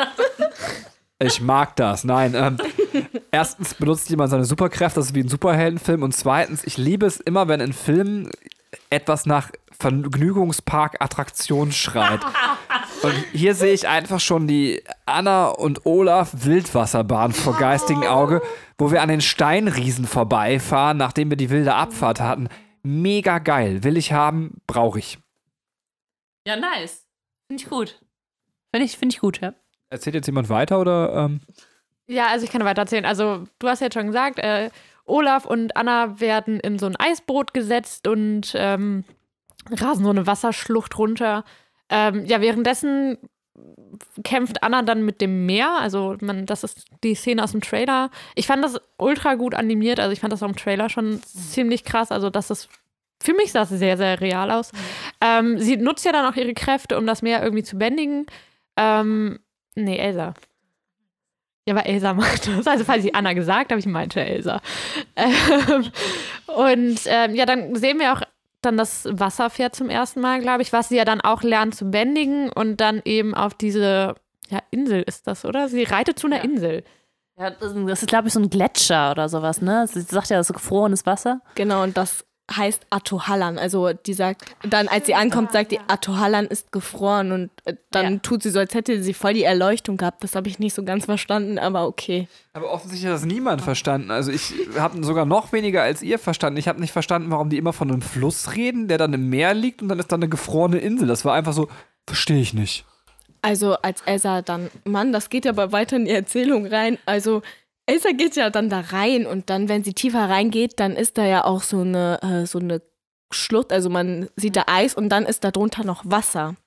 ich mag das. Nein, ähm, erstens benutzt jemand seine Superkräfte, das ist wie ein Superheldenfilm. Und zweitens, ich liebe es immer, wenn in Filmen etwas nach Vergnügungspark-Attraktion schreit. Und hier sehe ich einfach schon die Anna und Olaf Wildwasserbahn vor geistigem Auge, wo wir an den Steinriesen vorbeifahren, nachdem wir die wilde Abfahrt hatten. Mega geil. Will ich haben, brauche ich. Ja, nice. Finde ich gut. Finde ich, find ich gut, ja. Erzählt jetzt jemand weiter oder? Ähm? Ja, also ich kann weiter erzählen. Also du hast jetzt schon gesagt, äh, Olaf und Anna werden in so ein Eisboot gesetzt und ähm, rasen so eine Wasserschlucht runter. Ähm, ja, währenddessen kämpft Anna dann mit dem Meer. Also man, das ist die Szene aus dem Trailer. Ich fand das ultra gut animiert. Also ich fand das auch im Trailer schon mhm. ziemlich krass. Also das ist, für mich sah es sehr, sehr real aus. Mhm. Ähm, sie nutzt ja dann auch ihre Kräfte, um das Meer irgendwie zu bändigen. Ähm, nee, Elsa. Ja, aber Elsa macht das. Also falls ich Anna gesagt habe, ich meinte Elsa. Ähm, und ähm, ja, dann sehen wir auch dann das Wasserpferd zum ersten Mal, glaube ich, was sie ja dann auch lernt zu bändigen und dann eben auf diese, ja, Insel ist das, oder? Sie reitet zu einer ja. Insel. Ja, das ist, glaube ich, so ein Gletscher oder sowas, ne? Sie sagt ja, das ist gefrorenes Wasser. Genau, und das heißt Atohallan. Also die sagt, dann als sie ankommt, sagt die, Atohallan ist gefroren und äh, dann ja. tut sie so, als hätte sie voll die Erleuchtung gehabt. Das habe ich nicht so ganz verstanden, aber okay. Aber offensichtlich hat das niemand verstanden. Also ich habe sogar noch weniger als ihr verstanden. Ich habe nicht verstanden, warum die immer von einem Fluss reden, der dann im Meer liegt und dann ist da eine gefrorene Insel. Das war einfach so, verstehe ich nicht. Also als Elsa dann, Mann, das geht ja aber weiter in die Erzählung rein. Also Elsa geht ja dann da rein und dann, wenn sie tiefer reingeht, dann ist da ja auch so eine, äh, so eine Schlucht, also man sieht da Eis und dann ist da drunter noch Wasser.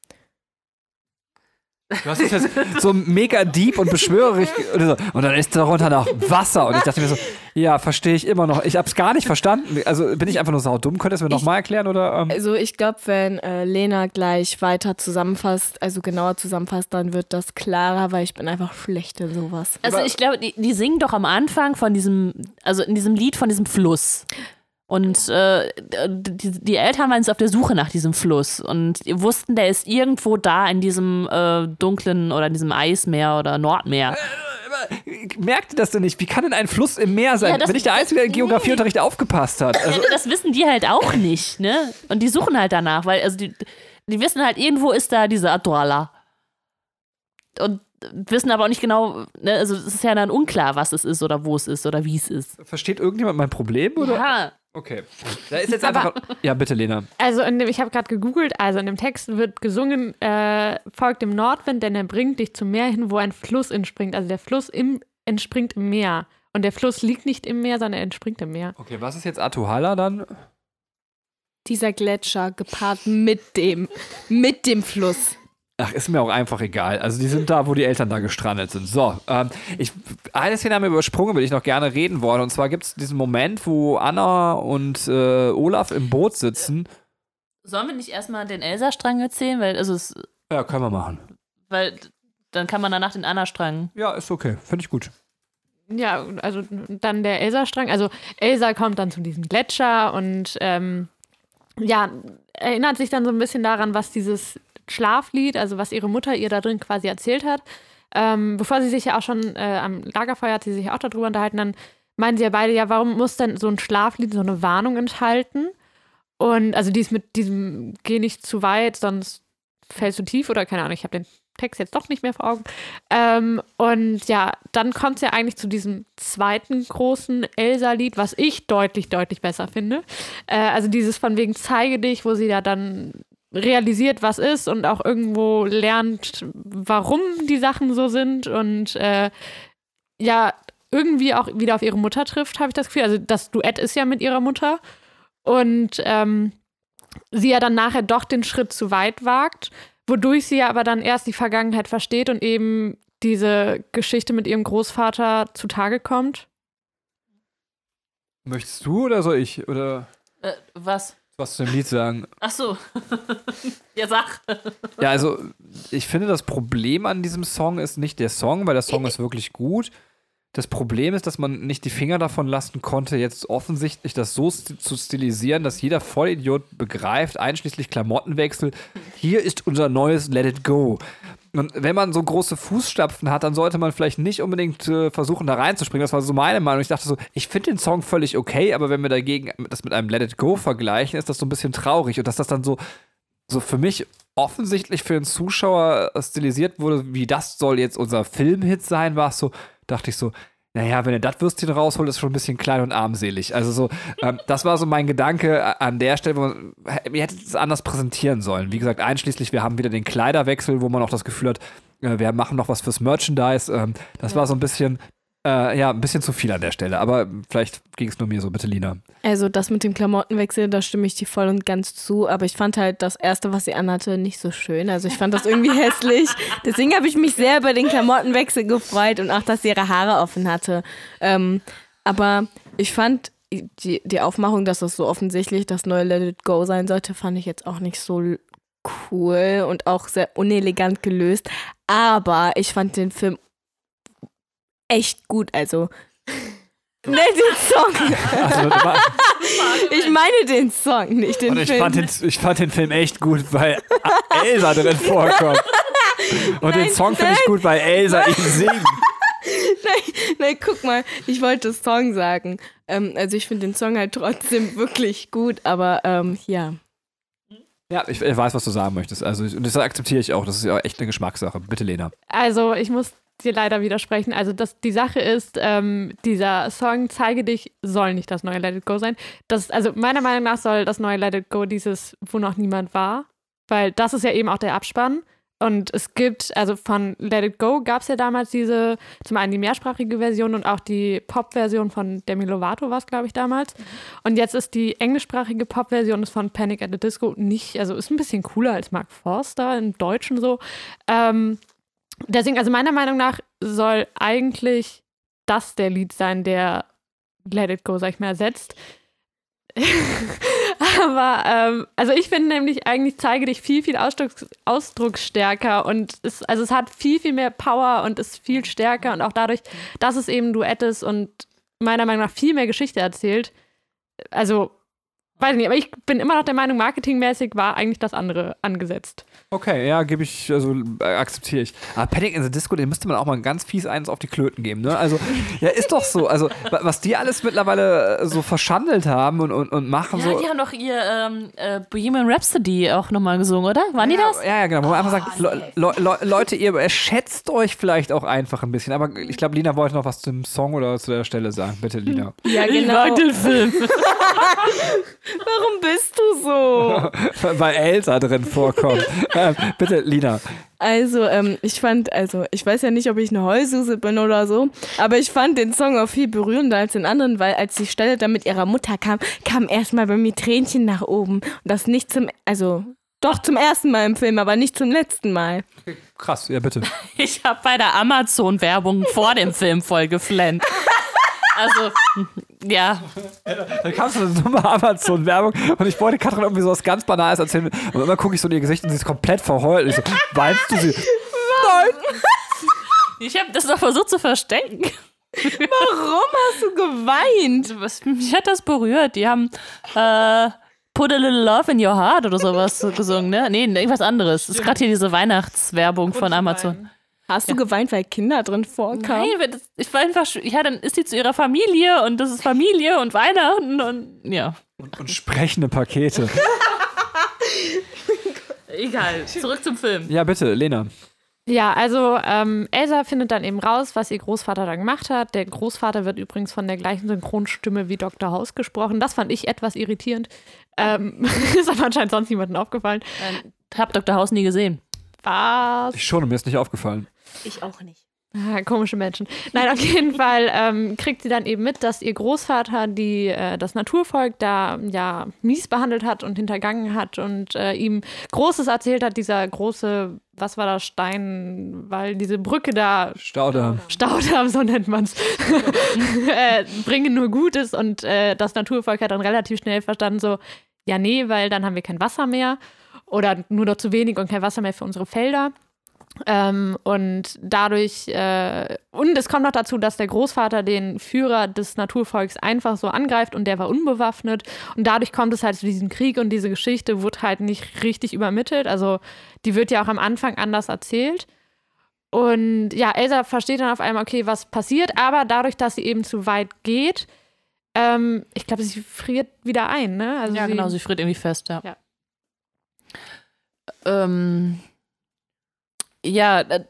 Du hast es jetzt so mega deep und beschwörerisch und dann ist darunter noch Wasser und ich dachte mir so, ja, verstehe ich immer noch. Ich habe es gar nicht verstanden. Also bin ich einfach nur saudumm. Könntest du mir nochmal erklären? Oder, ähm? Also ich glaube, wenn äh, Lena gleich weiter zusammenfasst, also genauer zusammenfasst, dann wird das klarer, weil ich bin einfach schlecht in sowas. Also ich glaube, die, die singen doch am Anfang von diesem, also in diesem Lied von diesem Fluss. Und äh, die, die Eltern waren jetzt auf der Suche nach diesem Fluss und wussten, der ist irgendwo da in diesem äh, dunklen oder in diesem Eismeer oder Nordmeer. Äh, merkt ihr das denn nicht? Wie kann denn ein Fluss im Meer sein, ja, das, wenn nicht der Einzige, der in Geografieunterricht aufgepasst hat? Also, ja, das wissen die halt auch nicht, ne? Und die suchen halt danach, weil also die, die wissen halt, irgendwo ist da diese Atohallan. Und wissen aber auch nicht genau, ne? Also es ist ja dann unklar, was es ist oder wo es ist oder wie es ist. Versteht irgendjemand mein Problem? Oder? Ja. Okay. Da ist jetzt einfach. Aber, ja, bitte, Lena. Also, in dem, ich habe gerade gegoogelt, also in dem Text wird gesungen, äh, folgt dem Nordwind, denn er bringt dich zum Meer hin, wo ein Fluss entspringt. Also der Fluss im, entspringt im Meer. Und der Fluss liegt nicht im Meer, sondern er entspringt im Meer. Okay, was ist jetzt Atohallan dann? Dieser Gletscher gepaart mit dem, mit dem Fluss. Ach, ist mir auch einfach egal. Also die sind da, wo die Eltern da gestrandet sind. So, ähm, ich, eine Szene haben wir übersprungen, will ich noch gerne reden wollen. Und zwar gibt es diesen Moment, wo Anna und äh, Olaf im Boot sitzen. Sollen wir nicht erstmal den Elsa-Strang erzählen? Weil, also es, ja, können wir machen. Weil dann kann man danach den Anna-Strang. Ja, ist okay. Finde ich gut. Ja, also dann der Elsa-Strang. Also Elsa kommt dann zu diesem Gletscher und ähm, ja, erinnert sich dann so ein bisschen daran, was dieses Schlaflied, also was ihre Mutter ihr da drin quasi erzählt hat. Ähm, bevor sie sich ja auch schon äh, am Lagerfeuer hat sie sich auch darüber unterhalten, dann meinen sie ja beide, ja, warum muss denn so ein Schlaflied so eine Warnung enthalten? Und also die ist mit diesem, geh nicht zu weit, sonst fällst du tief oder keine Ahnung, ich habe den Text jetzt doch nicht mehr vor Augen. Ähm, und ja, dann kommt es ja eigentlich zu diesem zweiten großen Elsa-Lied, was ich deutlich, deutlich besser finde. Äh, also dieses von wegen zeige dich, wo sie ja dann realisiert, was ist und auch irgendwo lernt, warum die Sachen so sind und äh, ja, irgendwie auch wieder auf ihre Mutter trifft, habe ich das Gefühl. Also das Duett ist ja mit ihrer Mutter und ähm, sie ja dann nachher doch den Schritt zu weit wagt, wodurch sie ja aber dann erst die Vergangenheit versteht und eben diese Geschichte mit ihrem Großvater zutage kommt. Möchtest du oder soll ich? Oder? Äh, was? Was zu dem Lied sagen. Ach so. Ja, sag. Ja, also ich finde, das Problem an diesem Song ist nicht der Song, weil der Song ist wirklich gut. Das Problem ist, dass man nicht die Finger davon lassen konnte, jetzt offensichtlich das so st- zu stilisieren, dass jeder Vollidiot begreift, einschließlich Klamottenwechsel, hier ist unser neues Let It Go. Und wenn man so große Fußstapfen hat, dann sollte man vielleicht nicht unbedingt äh, versuchen, da reinzuspringen. Das war so meine Meinung. Ich dachte so, ich finde den Song völlig okay, aber wenn wir dagegen das mit einem Let It Go vergleichen, ist das so ein bisschen traurig. Und dass das dann so, so für mich offensichtlich für den Zuschauer stilisiert wurde, wie das soll jetzt unser Filmhit sein, war es so, dachte ich so, naja, wenn ihr das Würstchen rausholt, ist schon ein bisschen klein und armselig. Also so, ähm, das war so mein Gedanke an der Stelle, wo man, ihr hättet es anders präsentieren sollen. Wie gesagt, einschließlich, wir haben wieder den Kleiderwechsel, wo man auch das Gefühl hat, äh, wir machen noch was fürs Merchandise. Ähm, das ja. war so ein bisschen, äh, ja, ein bisschen zu viel an der Stelle. Aber vielleicht ging es nur mir so. Bitte, Lina. Also das mit dem Klamottenwechsel, da stimme ich dir voll und ganz zu. Aber ich fand halt das Erste, was sie anhatte, nicht so schön. Also ich fand das irgendwie hässlich. Deswegen habe ich mich sehr über den Klamottenwechsel gefreut und auch, dass sie ihre Haare offen hatte. Ähm, aber ich fand die, die Aufmachung, dass das so offensichtlich das neue Let It Go sein sollte, fand ich jetzt auch nicht so cool und auch sehr unelegant gelöst. Aber ich fand den Film echt gut, also ne, den Song. Also, ich meine den Song, nicht den und ich Film. Fand den, ich fand den Film echt gut, weil Elsa drin vorkommt. Und nein, den Song finde ich gut, weil Elsa ihn singt. Nein, nein, guck mal, ich wollte Song sagen. Ähm, also ich finde den Song halt trotzdem wirklich gut, aber ähm, ja. Ja, ich, ich weiß, was du sagen möchtest. Also ich, und das akzeptiere ich auch. Das ist ja echt eine Geschmackssache. Bitte, Lena. Also ich muss dir leider widersprechen. Also das, die Sache ist, ähm, dieser Song Zeige dich soll nicht das neue Let It Go sein. Das, also meiner Meinung nach soll das neue Let It Go dieses, wo noch niemand war, weil das ist ja eben auch der Abspann. Und es gibt, also von Let It Go gab es ja damals diese, zum einen die mehrsprachige Version und auch die Pop-Version von Demi Lovato war es, glaube ich, damals. Mhm. Und jetzt ist die englischsprachige Pop-Version ist von Panic at the Disco nicht, also ist ein bisschen cooler als Mark Forster im Deutschen so. Ähm, Deswegen, also meiner Meinung nach soll eigentlich das der Lied sein, der Let It Go, sag ich mal, ersetzt. Aber, ähm, also ich finde nämlich, eigentlich zeige dich viel, viel Ausdrucks- ausdrucksstärker und es, also es hat viel, viel mehr Power und ist viel stärker und auch dadurch, dass es eben Duett ist und meiner Meinung nach viel mehr Geschichte erzählt. Also, weiß nicht, aber ich bin immer noch der Meinung, marketingmäßig war eigentlich das andere angesetzt. Okay, ja, gebe ich, also äh, akzeptiere ich. Aber Panic in the Disco, den müsste man auch mal ganz fies eins auf die Klöten geben, ne? Also, ja, ist doch so. Also, was die alles mittlerweile so verschandelt haben und, und, und machen ja, so. Die haben doch ihr ähm, äh, Bohemian Rhapsody auch nochmal gesungen, oder? Waren ja, die das? Ja, ja, genau. Wo man oh, einfach sagt, Le- Le- Le- Leute, ihr schätzt euch vielleicht auch einfach ein bisschen. Aber ich glaube, Lina wollte noch was zum Song oder zu der Stelle sagen. Bitte, Lina. Ja, genau. Ich mag den Film. Warum bist du so? Weil Elsa drin vorkommt. ähm, bitte, Lina. Also, ähm, ich fand, also, ich weiß ja nicht, ob ich eine Heulsuse bin oder so, aber ich fand den Song auch viel berührender als den anderen, weil als die Stelle dann mit ihrer Mutter kam, kam erstmal bei mir Tränchen nach oben. Und das nicht zum, also, doch zum ersten Mal im Film, aber nicht zum letzten Mal. Krass, ja, bitte. Ich habe bei der Amazon-Werbung vor dem Film voll geflennt. Also, ja. Dann kam so eine dumme Amazon-Werbung und ich wollte Katrin irgendwie so was ganz Banales erzählen. Und immer gucke ich so in ihr Gesicht und sie ist komplett verheult. Und ich so, weinst du sie? Nein! Ich habe das doch versucht zu verstecken. Warum hast du geweint? Was, mich hat das berührt. Die haben äh, Put a Little Love in Your Heart oder sowas gesungen, ne? Nee, irgendwas anderes. Das ist gerade hier diese Weihnachtswerbung von Amazon. Hast du ja. geweint, weil Kinder drin vorkamen? Nein, das, ich war einfach, ja, dann ist sie zu ihrer Familie und das ist Familie und Weihnachten und ja. Und, und sprechende Pakete. Egal, zurück zum Film. Ja, bitte, Lena. Ja, also ähm, Elsa findet dann eben raus, was ihr Großvater da gemacht hat. Der Großvater wird übrigens von der gleichen Synchronstimme wie Doktor House gesprochen. Das fand ich etwas irritierend. Ähm, ist aber anscheinend sonst niemandem aufgefallen. Ähm, hab Doktor House nie gesehen. Was? Ich schon, und mir ist nicht aufgefallen. Ich auch nicht. Ah, komische Menschen. Nein, auf jeden Fall ähm, kriegt sie dann eben mit, dass ihr Großvater die, äh, das Naturvolk da ja mies behandelt hat und hintergangen hat und äh, ihm Großes erzählt hat, dieser große, was war das, Stein, weil diese Brücke da, Staudamm. Staudamm, so nennt man es, äh, bringen nur Gutes und äh, das Naturvolk hat dann relativ schnell verstanden, so, ja nee, weil dann haben wir kein Wasser mehr oder nur noch zu wenig und kein Wasser mehr für unsere Felder. Ähm, und dadurch, äh, und es kommt noch dazu, dass der Großvater den Führer des Naturvolks einfach so angreift und der war unbewaffnet und dadurch kommt es halt zu diesem Krieg und diese Geschichte wird halt nicht richtig übermittelt, also die wird ja auch am Anfang anders erzählt und ja, Elsa versteht dann auf einmal, okay, was passiert, aber dadurch, dass sie eben zu weit geht, ähm, ich glaube, sie friert wieder ein, ne? Also ja, sie, genau, sie friert irgendwie fest, ja. Ja. Ähm Ja, äh,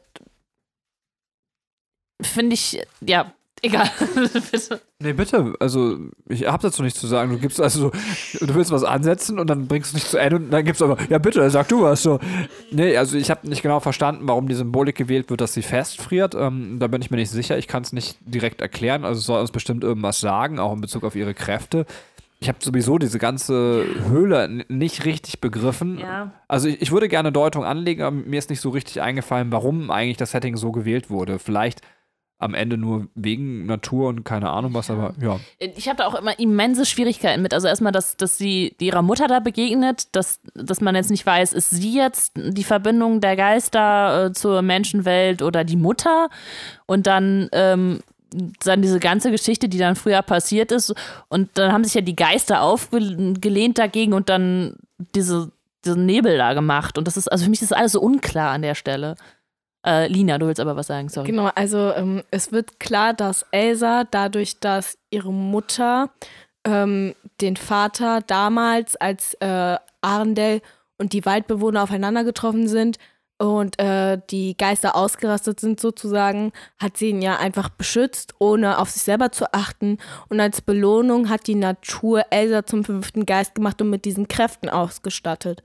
finde ich, ja, egal. Bitte. Nee, bitte. Also, ich habe dazu nichts zu sagen. Du gibst also, du willst was ansetzen und dann bringst du es nicht zu Ende und dann gibst du einfach, ja bitte, sag du was. So. Nee, also ich habe nicht genau verstanden, warum die Symbolik gewählt wird, dass sie festfriert. Ähm, da bin ich mir nicht sicher. Ich kann es nicht direkt erklären. Also es soll uns bestimmt irgendwas sagen, auch in Bezug auf ihre Kräfte. Ich habe sowieso diese ganze Höhle n- nicht richtig begriffen. Ja. Also ich, ich würde gerne Deutung anlegen, aber mir ist nicht so richtig eingefallen, warum eigentlich das Setting so gewählt wurde. Vielleicht am Ende nur wegen Natur und keine Ahnung was, aber ja. Ich habe da auch immer immense Schwierigkeiten mit. Also erstmal, dass, dass sie ihrer Mutter da begegnet, dass, dass man jetzt nicht weiß, ist sie jetzt die Verbindung der Geister äh, zur Menschenwelt oder die Mutter? Und dann ähm, dann diese ganze Geschichte, die dann früher passiert ist. Und dann haben sich ja die Geister aufgelehnt dagegen und dann diese, diesen Nebel da gemacht. Und das ist, also für mich ist das alles so unklar an der Stelle. Äh, Lina, du willst aber was sagen, sorry. Genau, also ähm, es wird klar, dass Elsa dadurch, dass ihre Mutter ähm, den Vater damals, als äh, Arendelle und die Waldbewohner aufeinander getroffen sind, und äh, die Geister ausgerastet sind sozusagen, hat sie ihn ja einfach beschützt, ohne auf sich selber zu achten. Und als Belohnung hat die Natur Elsa zum fünften Geist gemacht und mit diesen Kräften ausgestattet.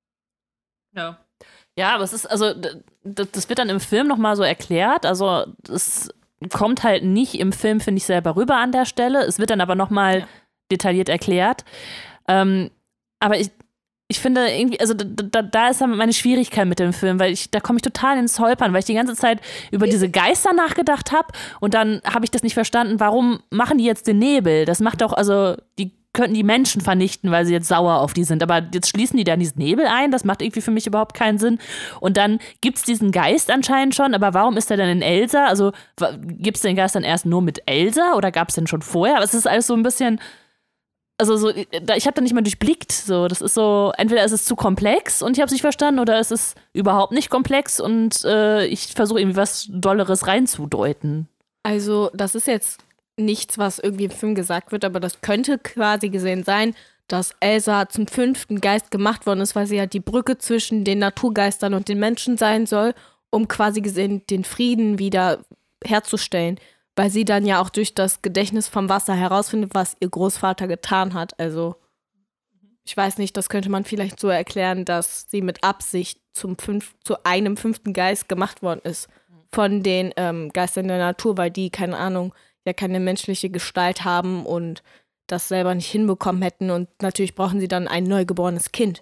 Ja. Ja, aber es ist, also, d- d- das wird dann im Film nochmal so erklärt. Also, es kommt halt nicht im Film, finde ich, selber rüber an der Stelle. Es wird dann aber nochmal ja. detailliert erklärt. Ähm, aber ich, Ich finde irgendwie, also da, da ist dann meine Schwierigkeit mit dem Film, weil ich, da komme ich total ins Holpern, weil ich die ganze Zeit über diese Geister nachgedacht habe und dann habe ich das nicht verstanden, warum machen die jetzt den Nebel? Das macht doch, also die könnten die Menschen vernichten, weil sie jetzt sauer auf die sind, aber jetzt schließen die dann diesen Nebel ein, das macht irgendwie für mich überhaupt keinen Sinn. Und dann gibt es diesen Geist anscheinend schon, aber warum ist der dann in Elsa? Also gibt es den Geist dann erst nur mit Elsa oder gab es den schon vorher? Aber es ist alles so ein bisschen... Also so, ich habe da nicht mal durchblickt. So, das ist so, entweder ist es zu komplex und ich habe es nicht verstanden, oder ist es überhaupt nicht komplex und äh, ich versuche irgendwie was Dolleres reinzudeuten. Also das ist jetzt nichts, was irgendwie im Film gesagt wird, aber das könnte quasi gesehen sein, dass Elsa zum fünften Geist gemacht worden ist, weil sie ja die Brücke zwischen den Naturgeistern und den Menschen sein soll, um quasi gesehen den Frieden wieder herzustellen. Weil sie dann ja auch durch das Gedächtnis vom Wasser herausfindet, was ihr Großvater getan hat. Also ich weiß nicht, das könnte man vielleicht so erklären, dass sie mit Absicht zum fünf, zu einem fünften Geist gemacht worden ist von den ähm, Geistern der Natur, weil die, keine Ahnung, ja keine menschliche Gestalt haben und das selber nicht hinbekommen hätten. Und natürlich brauchen sie dann ein neugeborenes Kind.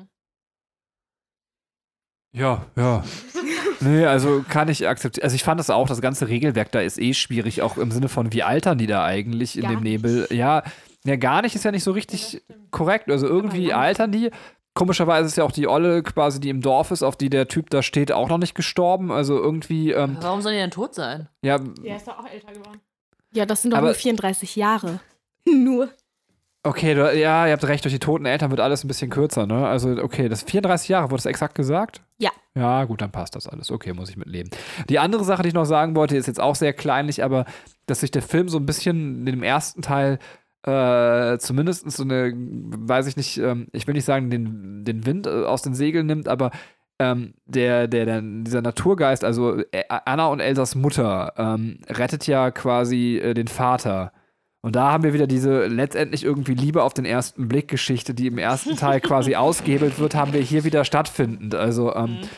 Ja, ja. Nee, also kann ich akzeptieren. Also ich fand das auch, das ganze Regelwerk da ist eh schwierig, auch im Sinne von, wie altern die da eigentlich in Gar dem Nebel? Ja, ja, gar nicht ist ja nicht so richtig korrekt. Also irgendwie altern die. Komischerweise ist ja auch die Olle quasi, die im Dorf ist, auf die der Typ da steht, auch noch nicht gestorben. Also irgendwie. Ähm, Warum soll die denn tot sein? Ja, Der ist doch auch älter geworden. Ja, das sind doch Aber- nur vierunddreißig Jahre. Nur. okay, du, ja, ihr habt recht, durch die toten Eltern wird alles ein bisschen kürzer, ne? Also, okay, das vierunddreißig Jahre, wurde das exakt gesagt? Ja. Ja, gut, dann passt das alles. Okay, muss ich mitleben. Die andere Sache, die ich noch sagen wollte, ist jetzt auch sehr kleinlich, aber dass sich der Film so ein bisschen in dem ersten Teil äh, zumindest so eine, weiß ich nicht, ähm, ich will nicht sagen, den, den Wind äh, aus den Segeln nimmt, aber ähm, der, der, der, dieser Naturgeist, also äh, Anna und Elsas Mutter, ähm, rettet ja quasi äh, den Vater. Und da haben wir wieder diese letztendlich irgendwie Liebe auf den ersten Blick Geschichte, die im ersten Teil quasi ausgehebelt wird, haben wir hier wieder stattfindend. Also, ähm,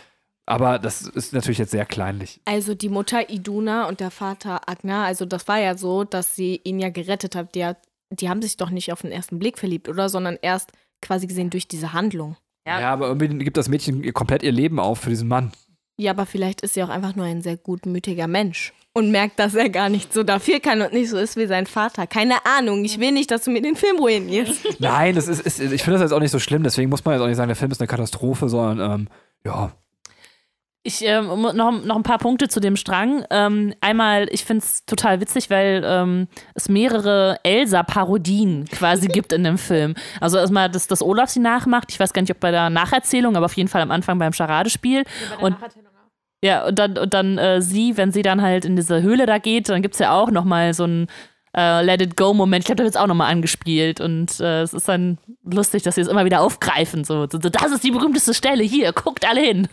Aber das ist natürlich jetzt sehr kleinlich. Also die Mutter Iduna und der Vater Agnar, also das war ja so, dass sie ihn ja gerettet hat. Die, hat, die haben sich doch nicht auf den ersten Blick verliebt, oder? Sondern erst quasi gesehen durch diese Handlung. Ja, ja, aber irgendwie gibt das Mädchen komplett ihr Leben auf für diesen Mann. Ja, aber vielleicht ist sie auch einfach nur ein sehr gutmütiger Mensch und merkt, dass er gar nicht so dafür kann und nicht so ist wie sein Vater. Keine Ahnung, ich will nicht, dass du mir den Film ruinierst. Nein, das ist, ist ich finde das jetzt auch nicht so schlimm, deswegen muss man jetzt auch nicht sagen, der Film ist eine Katastrophe, sondern ähm, ja. Ich ähm, noch, noch ein paar Punkte zu dem Strang. Ähm, einmal, ich finde es total witzig, weil ähm, es mehrere Elsa-Parodien quasi gibt in dem Film. Also erstmal, dass, dass Olaf sie nachmacht. Ich weiß gar nicht, ob bei der Nacherzählung, aber auf jeden Fall am Anfang beim Charadespiel. Ja, und ja, und dann, und dann äh, sie, wenn sie dann halt in diese Höhle da geht, dann gibt es ja auch nochmal so einen äh, Let-it-go-Moment. Ich glaube, da wird es auch nochmal angespielt. Und äh, es ist dann lustig, dass sie es immer wieder aufgreifen. So, so, das ist die berühmteste Stelle hier, guckt alle hin.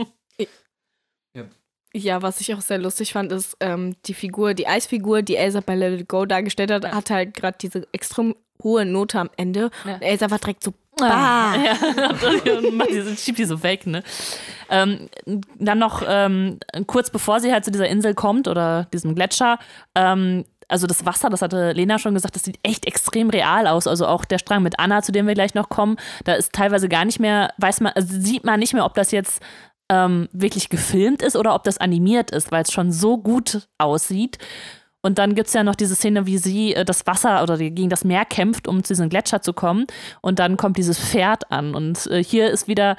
Ja, was ich auch sehr lustig fand, ist ähm, die Figur, die Eisfigur, die Elsa bei Let It Go dargestellt hat, ja. hat halt gerade diese extrem hohe Note am Ende. Ja. Und Elsa war direkt so, bah! Ja, und macht die, schiebt die so weg, ne? Ähm, dann noch ähm, kurz bevor sie halt zu dieser Insel kommt oder diesem Gletscher, ähm, also das Wasser, das hatte Lena schon gesagt, das sieht echt extrem real aus. Also auch der Strang mit Anna, zu dem wir gleich noch kommen, da ist teilweise gar nicht mehr, weiß man, also sieht man nicht mehr, ob das jetzt Ähm, wirklich gefilmt ist oder ob das animiert ist, weil es schon so gut aussieht. Und dann gibt es ja noch diese Szene, wie sie äh, das Wasser oder die, gegen das Meer kämpft, um zu diesem Gletscher zu kommen. Und dann kommt dieses Pferd an. Und äh, hier ist wieder,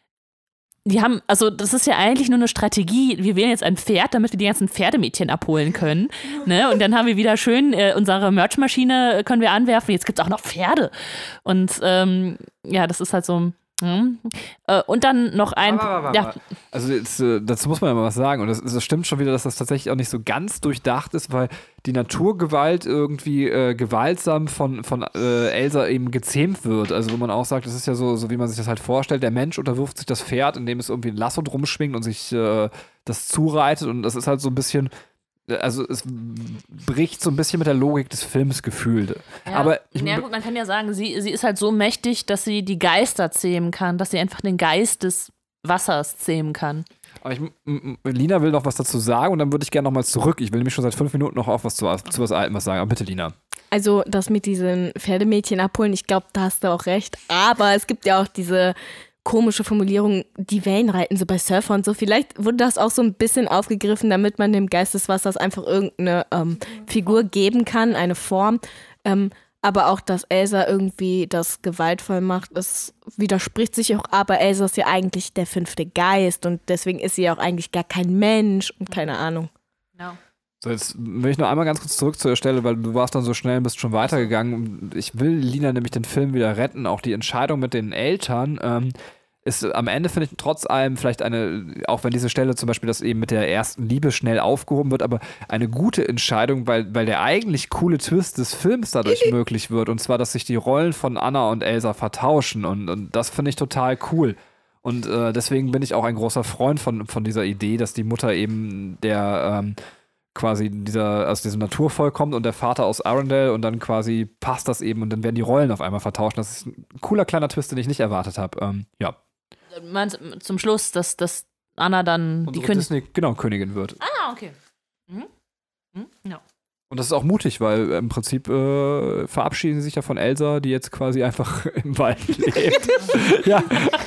die haben, also das ist ja eigentlich nur eine Strategie. Wir wählen jetzt ein Pferd, damit wir die ganzen Pferdemädchen abholen können. Ne? Und dann haben wir wieder schön äh, unsere Merchmaschine können wir anwerfen. Jetzt gibt es auch noch Pferde. Und ähm, ja, das ist halt so. Mhm. Äh, und dann noch ein. Aber, aber, aber, ja. Also jetzt, äh, dazu muss man ja mal was sagen. Und das, das stimmt schon wieder, dass das tatsächlich auch nicht so ganz durchdacht ist, weil die Naturgewalt irgendwie äh, gewaltsam von, von äh, Elsa eben gezähmt wird. Also wo man auch sagt, das ist ja so, so, wie man sich das halt vorstellt. Der Mensch unterwirft sich das Pferd, indem es irgendwie ein Lasso drum schwingt und sich äh, das zureitet. Und das ist halt so ein bisschen. Also es bricht so ein bisschen mit der Logik des Films gefühlt. Ja, aber ich, ja gut, man kann ja sagen, sie, sie ist halt so mächtig, dass sie die Geister zähmen kann, dass sie einfach den Geist des Wassers zähmen kann. Aber ich, Lina will noch was dazu sagen und dann würde ich gerne nochmal zurück. Ich will nämlich schon seit fünf Minuten noch auf was zu, zu was Altem was sagen. Aber bitte, Lina. Also das mit diesen Pferdemädchen abholen, ich glaube, da hast du auch recht. Aber es gibt ja auch diese komische Formulierung, die Wellen reiten, so bei Surfer und so. Vielleicht wurde das auch so ein bisschen aufgegriffen, damit man dem Geist des Wassers einfach irgendeine ähm, Figur geben kann, eine Form. Ähm, aber auch, dass Elsa irgendwie das gewaltvoll macht, das widerspricht sich auch. Aber Elsa ist ja eigentlich der fünfte Geist und deswegen ist sie ja auch eigentlich gar kein Mensch und keine Ahnung. No. So, jetzt will ich noch einmal ganz kurz zurück zur Stelle, weil du warst dann so schnell und bist schon weitergegangen. Ich will Lina nämlich den Film wieder retten. Auch die Entscheidung mit den Eltern ähm, ist am Ende, finde ich, trotz allem vielleicht eine, auch wenn diese Stelle zum Beispiel, das eben mit der ersten Liebe schnell aufgehoben wird, aber eine gute Entscheidung, weil, weil der eigentlich coole Twist des Films dadurch möglich wird. Und zwar, dass sich die Rollen von Anna und Elsa vertauschen. Und, und das finde ich total cool. Und äh, deswegen bin ich auch ein großer Freund von, von dieser Idee, dass die Mutter eben der ähm, quasi dieser, aus diesem Naturvolk kommt und der Vater aus Arendelle und dann quasi passt das eben und dann werden die Rollen auf einmal vertauscht. Das ist ein cooler kleiner Twist, den ich nicht erwartet habe. Ähm, ja. Meinst zum Schluss, dass, dass Anna dann Unsere die Königin. Disney, genau, Königin wird. Ah, okay. Mhm. Mhm. Ja. Und das ist auch mutig, weil im Prinzip äh, verabschieden sie sich ja von Elsa, die jetzt quasi einfach im Wald lebt. ja.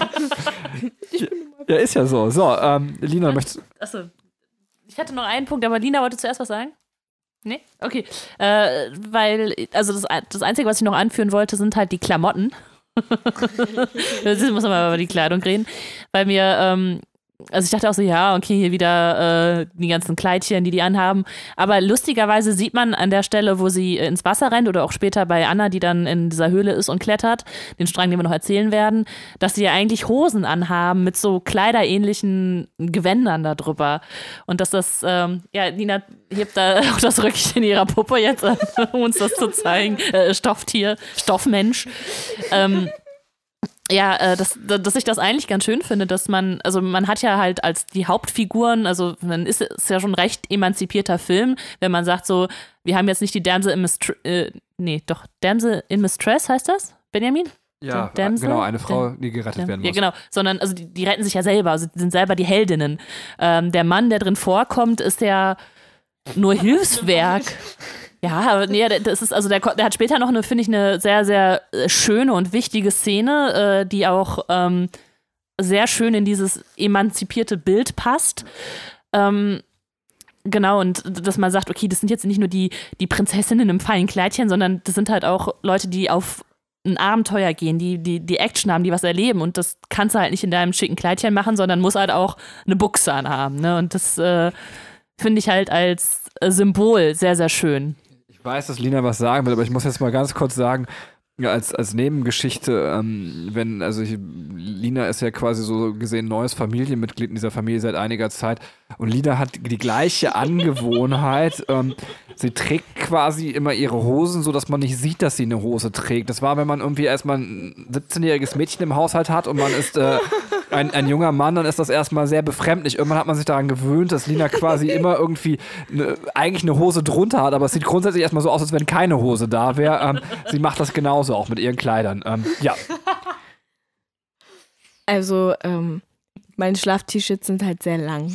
ja, ist ja so. So, ähm, Lina, ja, möchtest du. Achso. Ich hatte noch einen Punkt, aber Lina wollte zuerst was sagen? Nee? Okay. Äh, weil, also das, das Einzige, was ich noch anführen wollte, sind halt die Klamotten. Jetzt muss man mal über die Kleidung reden. Weil mir, ähm, also ich dachte auch so, ja, okay, hier wieder äh, die ganzen Kleidchen, die die anhaben. Aber lustigerweise sieht man an der Stelle, wo sie äh, ins Wasser rennt oder auch später bei Anna, die dann in dieser Höhle ist und klettert, den Strang, den wir noch erzählen werden, dass sie ja eigentlich Hosen anhaben mit so kleiderähnlichen Gewändern da drüber. Und dass das, ähm, ja, Nina hebt da auch das Röckchen ihrer Puppe jetzt an, um uns das zu zeigen. Äh, Stofftier, Stoffmensch. Ähm, Ja, äh, dass, dass ich das eigentlich ganz schön finde, dass man, also man hat ja halt als die Hauptfiguren, also man ist, ist ja schon ein recht emanzipierter Film, wenn man sagt so, wir haben jetzt nicht die Damsel in Mistress, äh, nee, doch, Damsel in Mistress heißt das, Benjamin? Ja, Damsel? genau, eine Frau, Dam- die gerettet Dam- werden muss. Ja, genau. Sondern, also die, die retten sich ja selber, also die sind selber die Heldinnen. Ähm, der Mann, der drin vorkommt, ist ja nur Hilfswerk. Ja, aber nee, das ist, also der, der hat später noch eine, finde ich, eine sehr, sehr schöne und wichtige Szene, äh, die auch ähm, sehr schön in dieses emanzipierte Bild passt. Ähm, genau, und dass man sagt, okay, das sind jetzt nicht nur die, die Prinzessinnen im feinen Kleidchen, sondern das sind halt auch Leute, die auf ein Abenteuer gehen, die, die, die Action haben, die was erleben. Und das kannst du halt nicht in deinem schicken Kleidchen machen, sondern muss halt auch eine Buchse anhaben. Ne? Und das äh, finde ich halt als Symbol sehr, sehr schön. Ich weiß, dass Lina was sagen will, aber ich muss jetzt mal ganz kurz sagen, ja, als, als Nebengeschichte, ähm, wenn, also ich, Lina ist ja quasi so gesehen neues Familienmitglied in dieser Familie seit einiger Zeit und Lina hat die gleiche Angewohnheit, ähm, sie trägt quasi immer ihre Hosen, so dass man nicht sieht, dass sie eine Hose trägt. Das war, wenn man irgendwie erstmal ein siebzehnjähriges Mädchen im Haushalt hat und man ist äh, ein, ein junger Mann, dann ist das erstmal sehr befremdlich. Irgendwann hat man sich daran gewöhnt, dass Lina quasi immer irgendwie ne, eigentlich eine Hose drunter hat, aber es sieht grundsätzlich erstmal so aus, als wenn keine Hose da wäre. Ähm, sie macht das genauso auch mit ihren Kleidern. Ähm, ja. Also, ähm, meine Schlaf-T-Shirts sind halt sehr lang.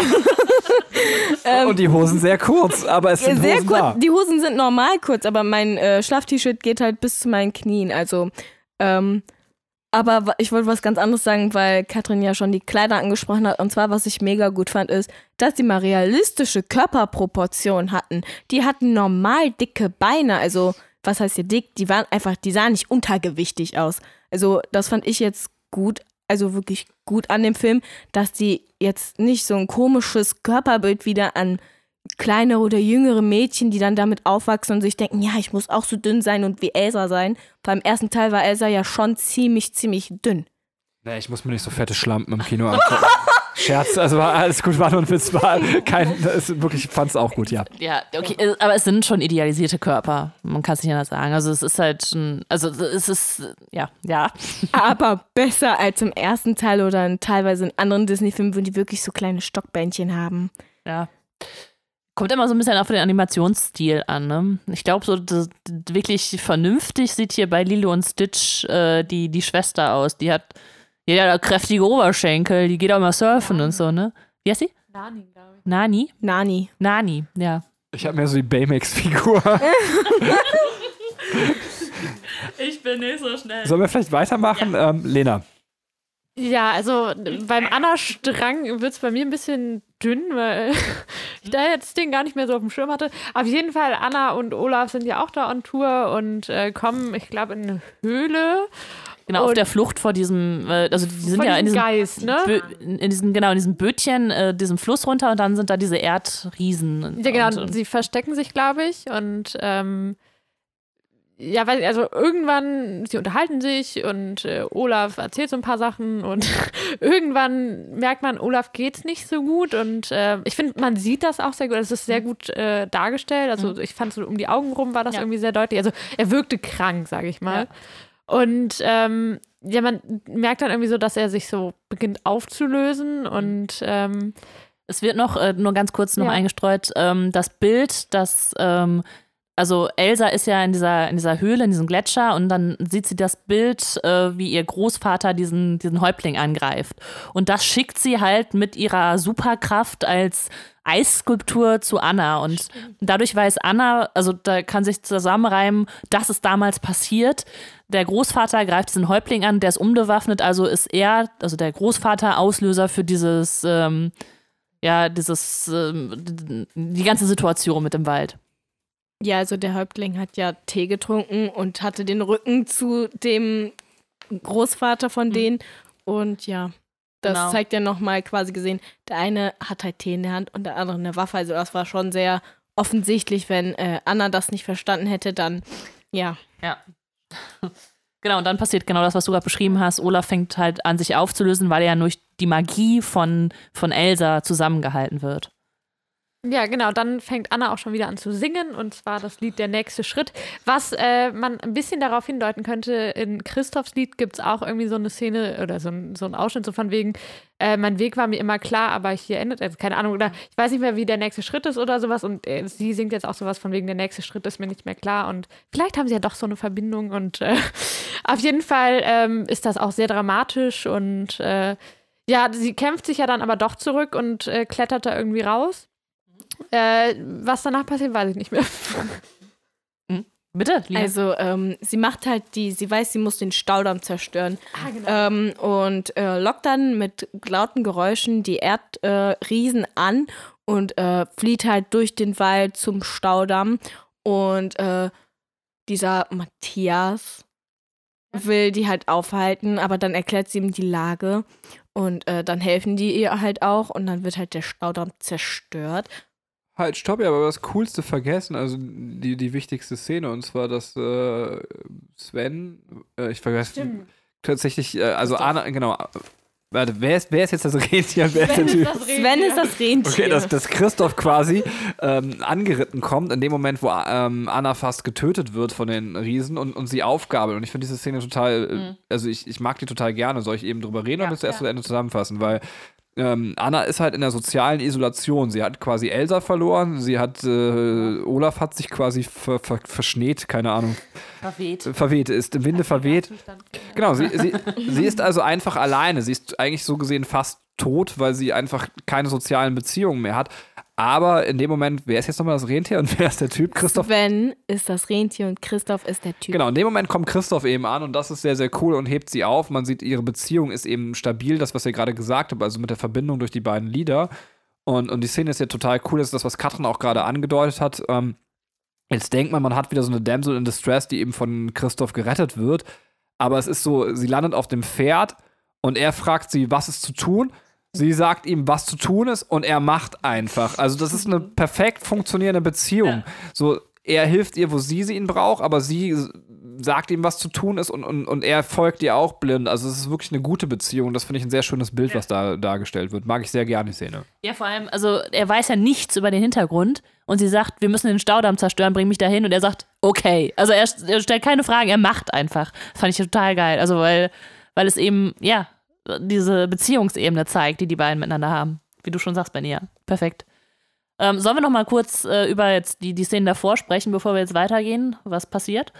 Und die Hosen sehr kurz, aber es sind sehr Hosen kurz. da. Die Hosen sind normal kurz, aber mein äh, Schlaf-T-Shirt geht halt bis zu meinen Knien. Also, ähm, aber wa- ich wollte was ganz anderes sagen, weil Katrin ja schon die Kleider angesprochen hat. Und zwar, was ich mega gut fand, ist, dass die mal realistische Körperproportionen hatten. Die hatten normal dicke Beine. Also, was heißt hier dick? Die waren einfach, die sahen nicht untergewichtig aus. Also, das fand ich jetzt gut. Also wirklich gut an dem Film, dass die jetzt nicht so ein komisches Körperbild wieder an kleinere oder jüngere Mädchen, die dann damit aufwachsen und sich denken, ja, ich muss auch so dünn sein und wie Elsa sein. Beim ersten Teil war Elsa ja schon ziemlich, ziemlich dünn. Nee, ich muss mir nicht so fette Schlampen im Kino angucken. Scherz, also war alles gut, war nur ein Witz, war kein, das ist wirklich, ich fand's auch gut, ja. Ja, okay, äh, aber es sind schon idealisierte Körper. Man kann es nicht anders sagen. Also es ist halt schon, also es ist, ja, ja. Aber besser als im ersten Teil oder in, teilweise in anderen Disney-Filmen, wo die wirklich so kleine Stockbändchen haben. Ja. Kommt immer so ein bisschen auf den Animationsstil an, ne? Ich glaube, so das, wirklich vernünftig sieht hier bei Lilo und Stitch äh, die, die Schwester aus. Die hat, die hat ja kräftige Oberschenkel, die geht auch mal surfen und so, ne? Wie heißt sie? Nani, glaube ich. Nani? Nani. Nani, ja. Ich habe mir so die Baymax-Figur. Ich bin nicht so schnell. Sollen wir vielleicht weitermachen? Ja. Ähm, Lena. Ja, also beim Anna-Strang wird es bei mir ein bisschen dünn, weil ich da jetzt das Ding gar nicht mehr so auf dem Schirm hatte. Auf jeden Fall, Anna und Olaf sind ja auch da on Tour und äh, kommen, ich glaube, in eine Höhle. Genau, auf Und der Flucht vor diesem, äh, also die sind von ja in diesem diesem, Geist, ne? Bö in in diesem, genau, in diesem Bötchen, äh, diesem Fluss runter und dann sind da diese Erdriesen. Ja, genau, und, und sie verstecken sich, glaube ich, und ähm, ja, weil, also irgendwann, sie unterhalten sich und äh, Olaf erzählt so ein paar Sachen und irgendwann merkt man, Olaf geht's nicht so gut und äh, ich finde, man sieht das auch sehr gut, es ist sehr gut äh, dargestellt, also Mhm. ich fand so um die Augen rum war das Ja. irgendwie sehr deutlich, also er wirkte krank, sage ich mal. Ja. Und ähm, ja, man merkt dann irgendwie so, dass er sich so beginnt aufzulösen und ähm, Es wird noch, äh, nur ganz kurz noch Ja. eingestreut, ähm, das Bild, das, ähm, also Elsa ist ja in dieser, in dieser Höhle, in diesem Gletscher und dann sieht sie das Bild, äh, wie ihr Großvater diesen, diesen Häuptling angreift. Und das schickt sie halt mit ihrer Superkraft als Eisskulptur zu Anna. Und dadurch weiß Anna, also da kann sich zusammenreimen, das ist damals passiert. Der Großvater greift diesen Häuptling an, der ist unbewaffnet, also ist er, also der Großvater, Auslöser für dieses, ähm, ja, dieses, ähm, die ganze Situation mit dem Wald. Ja, also der Häuptling hat ja Tee getrunken und hatte den Rücken zu dem Großvater von Mhm. denen. Und ja, das Genau. zeigt ja nochmal quasi gesehen, der eine hat halt Tee in der Hand und der andere eine Waffe. Also das war schon sehr offensichtlich, wenn äh, Anna das nicht verstanden hätte, dann ja. Ja. Genau, und dann passiert genau das, was du gerade beschrieben hast. Olaf fängt halt an, sich aufzulösen, weil er ja durch die Magie von, von Elsa zusammengehalten wird. Ja, genau, dann fängt Anna auch schon wieder an zu singen und zwar das Lied Der nächste Schritt, was äh, man ein bisschen darauf hindeuten könnte, in Christophs Lied gibt es auch irgendwie so eine Szene oder so ein, so ein Ausschnitt so von wegen, äh, mein Weg war mir immer klar, aber hier endet, also keine Ahnung, oder ich weiß nicht mehr, wie der nächste Schritt ist oder sowas und äh, sie singt jetzt auch sowas von wegen, der nächste Schritt ist mir nicht mehr klar und vielleicht haben sie ja doch so eine Verbindung und äh, auf jeden Fall ähm, ist das auch sehr dramatisch und äh, ja, sie kämpft sich ja dann aber doch zurück und äh, klettert da irgendwie raus. Äh, was danach passiert, weiß ich nicht mehr. Mhm. Bitte, Lina. Also ähm, sie macht halt die, sie weiß, sie muss den Staudamm zerstören. Ah, genau. Ähm, und äh, lockt dann mit lauten Geräuschen die Erdriesen äh, an und äh, flieht halt durch den Wald zum Staudamm. Und äh, dieser Matthias will die halt aufhalten, aber dann erklärt sie ihm die Lage. Und äh, dann helfen die ihr halt auch und dann wird halt der Staudamm zerstört. Halt, stopp, ja, aber das Coolste vergessen, also die, die wichtigste Szene, und zwar, dass äh, Sven, äh, ich vergesse Stimmt. tatsächlich, äh, also Anna, genau, warte, wer ist, wer ist jetzt das Rentier und wer ist der Typ? Sven ist das Rentier. Okay, dass, dass Christoph quasi ähm, angeritten kommt, in dem Moment, wo ähm, Anna fast getötet wird von den Riesen und, und sie aufgabelt. Und ich finde diese Szene total, äh, Mhm. also ich, ich mag die total gerne. Soll ich eben drüber reden Ja, oder das erst ja. zu Ende zusammenfassen? Weil ähm, Anna ist halt in der sozialen Isolation. Sie hat quasi Elsa verloren, sie hat, äh, Olaf hat sich quasi ver, ver, verschnät, keine Ahnung, Verweht. verweht, ist im Winde verweht. Genau, sie, sie, sie ist also einfach alleine. Sie ist eigentlich so gesehen fast tot, weil sie einfach keine sozialen Beziehungen mehr hat. Aber in dem Moment, wer ist jetzt nochmal das Rentier und wer ist der Typ? Christoph. Sven ist das Rentier und Christoph ist der Typ. Genau, in dem Moment kommt Christoph eben an und das ist sehr, sehr cool und hebt sie auf. Man sieht, ihre Beziehung ist eben stabil, das, was ihr gerade gesagt habt, also mit der Verbindung durch die beiden Lieder. Und, und die Szene ist ja total cool, das ist das, was Katrin auch gerade angedeutet hat. Ähm, jetzt denkt man, man hat wieder so eine Damsel in Distress, die eben von Christoph gerettet wird. Aber es ist so, sie landet auf dem Pferd und er fragt sie, was ist zu tun? Sie sagt ihm, was zu tun ist und er macht einfach. Also das ist eine perfekt funktionierende Beziehung. Ja. So, er hilft ihr, wo sie, sie ihn braucht, aber sie sagt ihm, was zu tun ist und, und, und er folgt ihr auch blind. Also es ist wirklich eine gute Beziehung. Das finde ich ein sehr schönes Bild, was da dargestellt wird. Mag ich sehr gerne, die Szene. Ja, vor allem, also er weiß ja nichts über den Hintergrund und sie sagt, wir müssen den Staudamm zerstören, bring mich dahin und er sagt, okay. Also er, er stellt keine Fragen, er macht einfach. Das fand ich total geil. Also weil, weil es eben, ja, diese Beziehungsebene zeigt, die die beiden miteinander haben. Wie du schon sagst, Benny, ja. Perfekt. Ähm, sollen wir noch mal kurz äh, über jetzt die, die Szenen davor sprechen, bevor wir jetzt weitergehen, was passiert?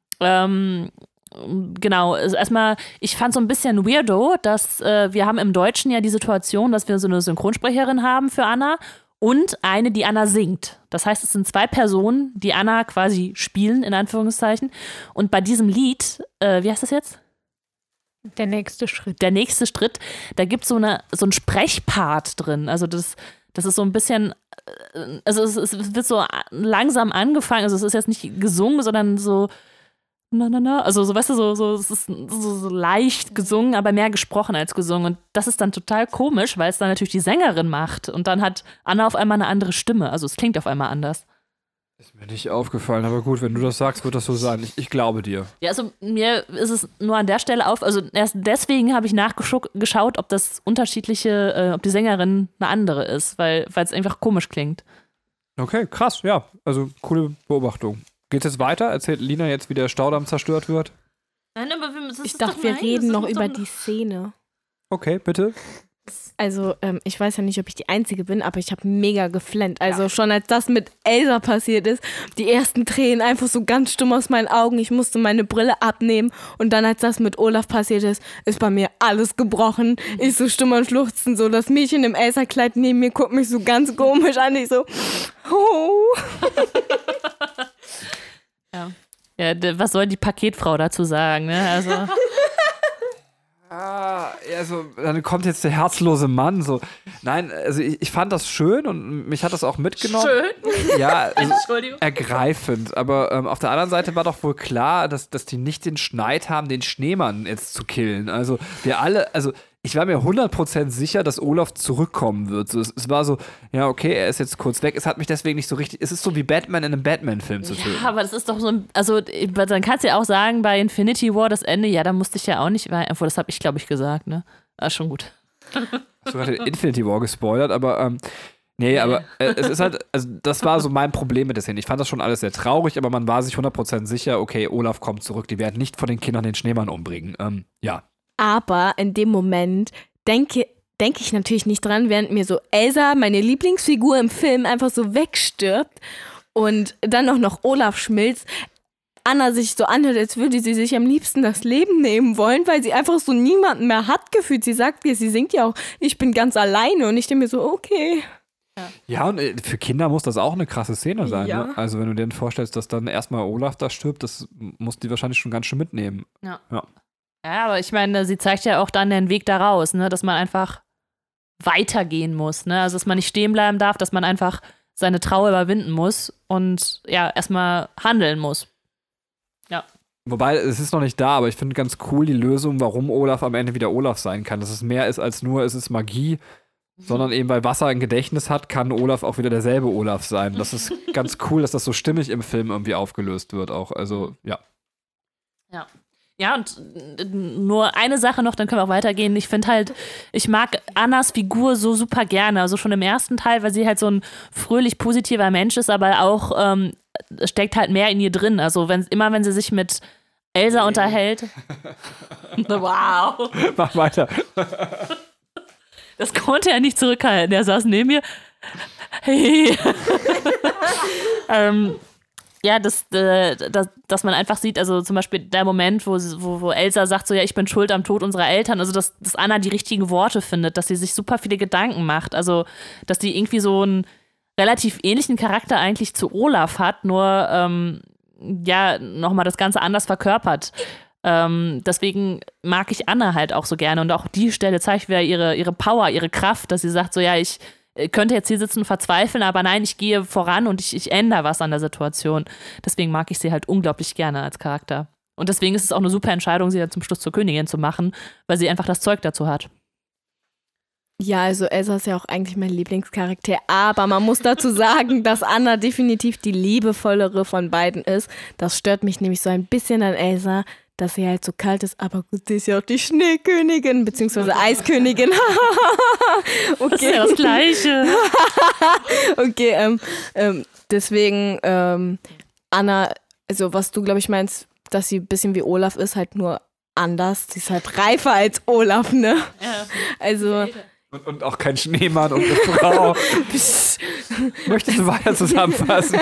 Ähm, genau, also erstmal, ich fand so ein bisschen weirdo, dass äh, wir haben im Deutschen ja die Situation, dass wir so eine Synchronsprecherin haben für Anna und eine, die Anna singt. Das heißt, es sind zwei Personen, die Anna quasi spielen, in Anführungszeichen. Und bei diesem Lied, äh, wie heißt das jetzt? Der nächste Schritt. Der nächste Schritt, da gibt es so, eine, so einen Sprechpart drin. Also das, das ist so ein bisschen, äh, also es, es wird so langsam angefangen, also es ist jetzt nicht gesungen, sondern so, na, na, na, also so, weißt du, so, so, es ist so, so leicht gesungen, aber mehr gesprochen als gesungen. Und das ist dann total komisch, weil es dann natürlich die Sängerin macht. Und dann hat Anna auf einmal eine andere Stimme. Also es klingt auf einmal anders. Ist mir nicht aufgefallen, aber gut, wenn du das sagst, wird das so sein. Ich, ich glaube dir. Ja, also mir ist es nur an der Stelle auf, also erst deswegen habe ich nachgeschaut, ob das unterschiedliche, äh, ob die Sängerin eine andere ist, weil es einfach komisch klingt. Okay, krass, ja. Also coole Beobachtung. Geht es jetzt weiter? Erzählt Lina jetzt, wie der Staudamm zerstört wird? Nein, aber wir, das Ich ist dachte, doch, wir nein, reden das noch ist über doch- die Szene. Okay, bitte. Also, ähm, ich weiß ja nicht, ob ich die Einzige bin, aber ich habe mega geflennt. Also schon als das mit Elsa passiert ist, die ersten Tränen einfach so ganz stumm aus meinen Augen. Ich musste meine Brille abnehmen und dann, als das mit Olaf passiert ist, ist bei mir alles gebrochen. Ich so stumm am Schluchzen, so das Mädchen im Elsa-Kleid neben mir guckt mich so ganz komisch an. Ich so, oh. Ja. Ja, d- was soll die Paketfrau dazu sagen, ne? Also, Ah, also dann kommt jetzt der herzlose Mann. So, nein, also ich, ich fand das schön und mich hat das auch mitgenommen. schön. Ja, also Entschuldigung. ergreifend. Aber ähm, auf der anderen Seite war doch wohl klar, dass, dass die nicht den Schneid haben, den Schneemann jetzt zu killen. Also wir alle, also ich war mir hundert Prozent sicher, dass Olaf zurückkommen wird. So, es, es war so, ja, okay, er ist jetzt kurz weg. Es hat mich deswegen nicht so richtig, es ist so wie Batman in einem Batman-Film zu töten. Ja, aber das ist doch so ein, also dann kannst du ja auch sagen, bei Infinity War das Ende, ja, da musste ich ja auch nicht, weil, obwohl, das habe ich, glaube ich, gesagt, ne? Ah, schon gut. Hast du gerade Infinity War gespoilert, aber ähm, Nee, aber äh, es ist halt, also das war so mein Problem mit der Szene. Ich fand das schon alles sehr traurig, aber man war sich hundert Prozent sicher, okay, Olaf kommt zurück, die werden nicht von den Kindern den Schneemann umbringen. Ähm, ja. Aber in dem Moment denke, denke ich natürlich nicht dran, während mir so Elsa, meine Lieblingsfigur im Film, einfach so wegstirbt und dann auch noch Olaf schmilzt. Anna sich so anhört, als würde sie sich am liebsten das Leben nehmen wollen, weil sie einfach so niemanden mehr hat gefühlt. Sie sagt mir, sie singt ja auch, ich bin ganz alleine und ich denke mir so, okay. Ja, ja und äh, für Kinder muss das auch eine krasse Szene sein. Ja. Ne? Also wenn du dir vorstellst, dass dann erstmal Olaf da stirbt, das muss die wahrscheinlich schon ganz schön mitnehmen. Ja. Ja, ja, aber ich meine, sie zeigt ja auch dann den Weg da raus, ne? Dass man einfach weitergehen muss. Ne? Also dass man nicht stehen bleiben darf, dass man einfach seine Trauer überwinden muss und ja, erstmal handeln muss. Ja. Wobei, es ist noch nicht da, aber ich finde ganz cool die Lösung, warum Olaf am Ende wieder Olaf sein kann. Dass es mehr ist als nur, es ist Magie, mhm. sondern eben, weil Wasser ein Gedächtnis hat, kann Olaf auch wieder derselbe Olaf sein. Das ist ganz cool, dass das so stimmig im Film irgendwie aufgelöst wird auch. Also, ja. Ja. Ja, und nur eine Sache noch, dann können wir auch weitergehen. Ich finde halt, ich mag Annas Figur so super gerne. Also schon im ersten Teil, weil sie halt so ein fröhlich positiver Mensch ist, aber auch ähm, steckt halt mehr in ihr drin. Also wenn, immer wenn sie sich mit Elsa nee. unterhält. Wow. Mach weiter. Das konnte er nicht zurückhalten. Der saß neben mir. Hey. ähm, ja, das, äh, das, dass man einfach sieht, also zum Beispiel der Moment, wo, wo, wo Elsa sagt so, ja, ich bin schuld am Tod unserer Eltern, also dass, dass Anna die richtigen Worte findet, dass sie sich super viele Gedanken macht, also dass die irgendwie so einen relativ ähnlichen Charakter eigentlich zu Olaf hat, nur ähm, ja, nochmal das Ganze anders verkörpert. Ähm, deswegen mag ich Anna halt auch so gerne und auch die Stelle zeigt wieder ihre, ihre Power, ihre Kraft, dass sie sagt so, ja, ich könnte jetzt hier sitzen und verzweifeln, aber nein, ich gehe voran und ich, ich ändere was an der Situation. Deswegen mag ich sie halt unglaublich gerne als Charakter. Und deswegen ist es auch eine super Entscheidung, sie dann zum Schluss zur Königin zu machen, weil sie einfach das Zeug dazu hat. Ja, also Elsa ist ja auch eigentlich mein Lieblingscharakter, aber man muss dazu sagen, dass Anna definitiv die liebevollere von beiden ist. Das stört mich nämlich so ein bisschen an Elsa, dass sie halt so kalt ist, aber gut, sie ist ja auch die Schneekönigin, beziehungsweise Eiskönigin. Okay. Das ist ja das Gleiche. Okay, ähm, ähm, deswegen, ähm, Anna, also was du, glaube ich, meinst, dass sie ein bisschen wie Olaf ist, halt nur anders. Sie ist halt reifer als Olaf, ne? Ja. Also... Und, und auch kein Schneemann und eine Frau. Möchtest du weiter zusammenfassen?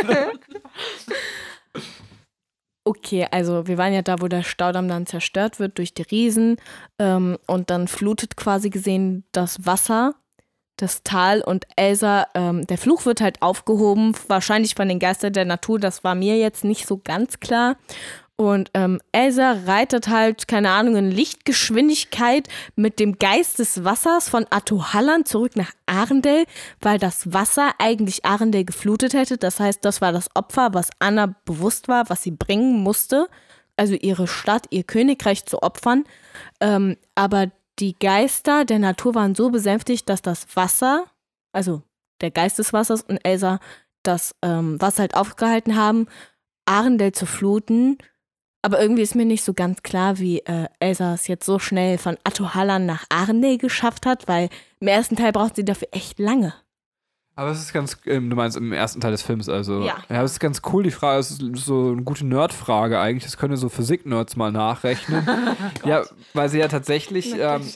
Okay, also wir waren ja da, wo der Staudamm dann zerstört wird durch die Riesen ähm, und dann flutet quasi gesehen das Wasser, das Tal und Elsa, ähm, der Fluch wird halt aufgehoben, wahrscheinlich von den Geistern der Natur, das war mir jetzt nicht so ganz klar. Und ähm, Elsa reitet halt, keine Ahnung, in Lichtgeschwindigkeit mit dem Geist des Wassers von Atohallan zurück nach Arendelle, weil das Wasser eigentlich Arendelle geflutet hätte. Das heißt, das war das Opfer, was Anna bewusst war, was sie bringen musste. Also ihre Stadt, ihr Königreich zu opfern. Ähm, aber die Geister der Natur waren so besänftigt, dass das Wasser, also der Geist des Wassers und Elsa, das ähm, Wasser halt aufgehalten haben, Arendelle zu fluten. Aber irgendwie ist mir nicht so ganz klar, wie äh, Elsa es jetzt so schnell von Atohallan nach Arendelle geschafft hat, weil im ersten Teil braucht sie dafür echt lange. Aber es ist ganz, ähm, du meinst im ersten Teil des Films, also. Ja. Ja, das ist ganz cool, die Frage. Es ist so eine gute Nerd-Frage eigentlich. Das können so Physik-Nerds mal nachrechnen. Ja, weil sie ja tatsächlich, ähm,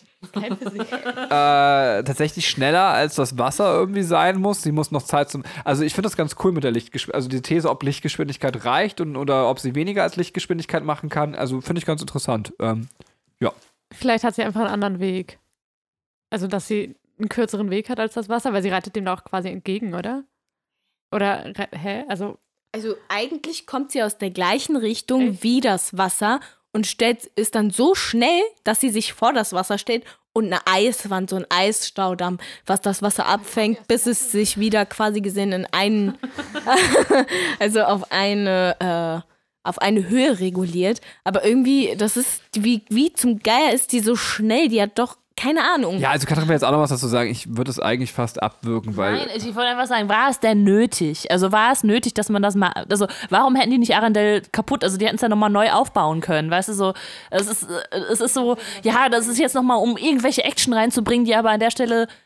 äh, tatsächlich schneller als das Wasser irgendwie sein muss. Sie muss noch Zeit zum. Also, ich finde das ganz cool mit der Lichtgeschwindigkeit. Also, die These, ob Lichtgeschwindigkeit reicht und, oder ob sie weniger als Lichtgeschwindigkeit machen kann. Also, finde ich ganz interessant. Ähm, ja. Vielleicht hat sie einfach einen anderen Weg. Also, dass sie einen kürzeren Weg hat als das Wasser, weil sie reitet dem da auch quasi entgegen, oder? Oder, hä? Also, also eigentlich kommt sie aus der gleichen Richtung Echt? wie das Wasser und stellt, ist dann so schnell, dass sie sich vor das Wasser stellt und eine Eiswand, so ein Eisstaudamm, was das Wasser abfängt, bis es sich wieder quasi gesehen in einen, also auf eine, äh, auf eine Höhe reguliert. Aber irgendwie, das ist, wie, wie zum Geier ist die so schnell, die hat doch keine Ahnung. Ja, also Katrin will jetzt auch noch was dazu sagen. Ich würde es eigentlich fast abwürgen, weil. Nein, ich wollte einfach sagen, war es denn nötig? Also war es nötig, dass man das mal. Also warum hätten die nicht Arendelle kaputt? Also die hätten es ja nochmal neu aufbauen können. Weißt du, so. Es ist, es ist so, ja, das ist jetzt nochmal, um irgendwelche Action reinzubringen, die aber an der Stelle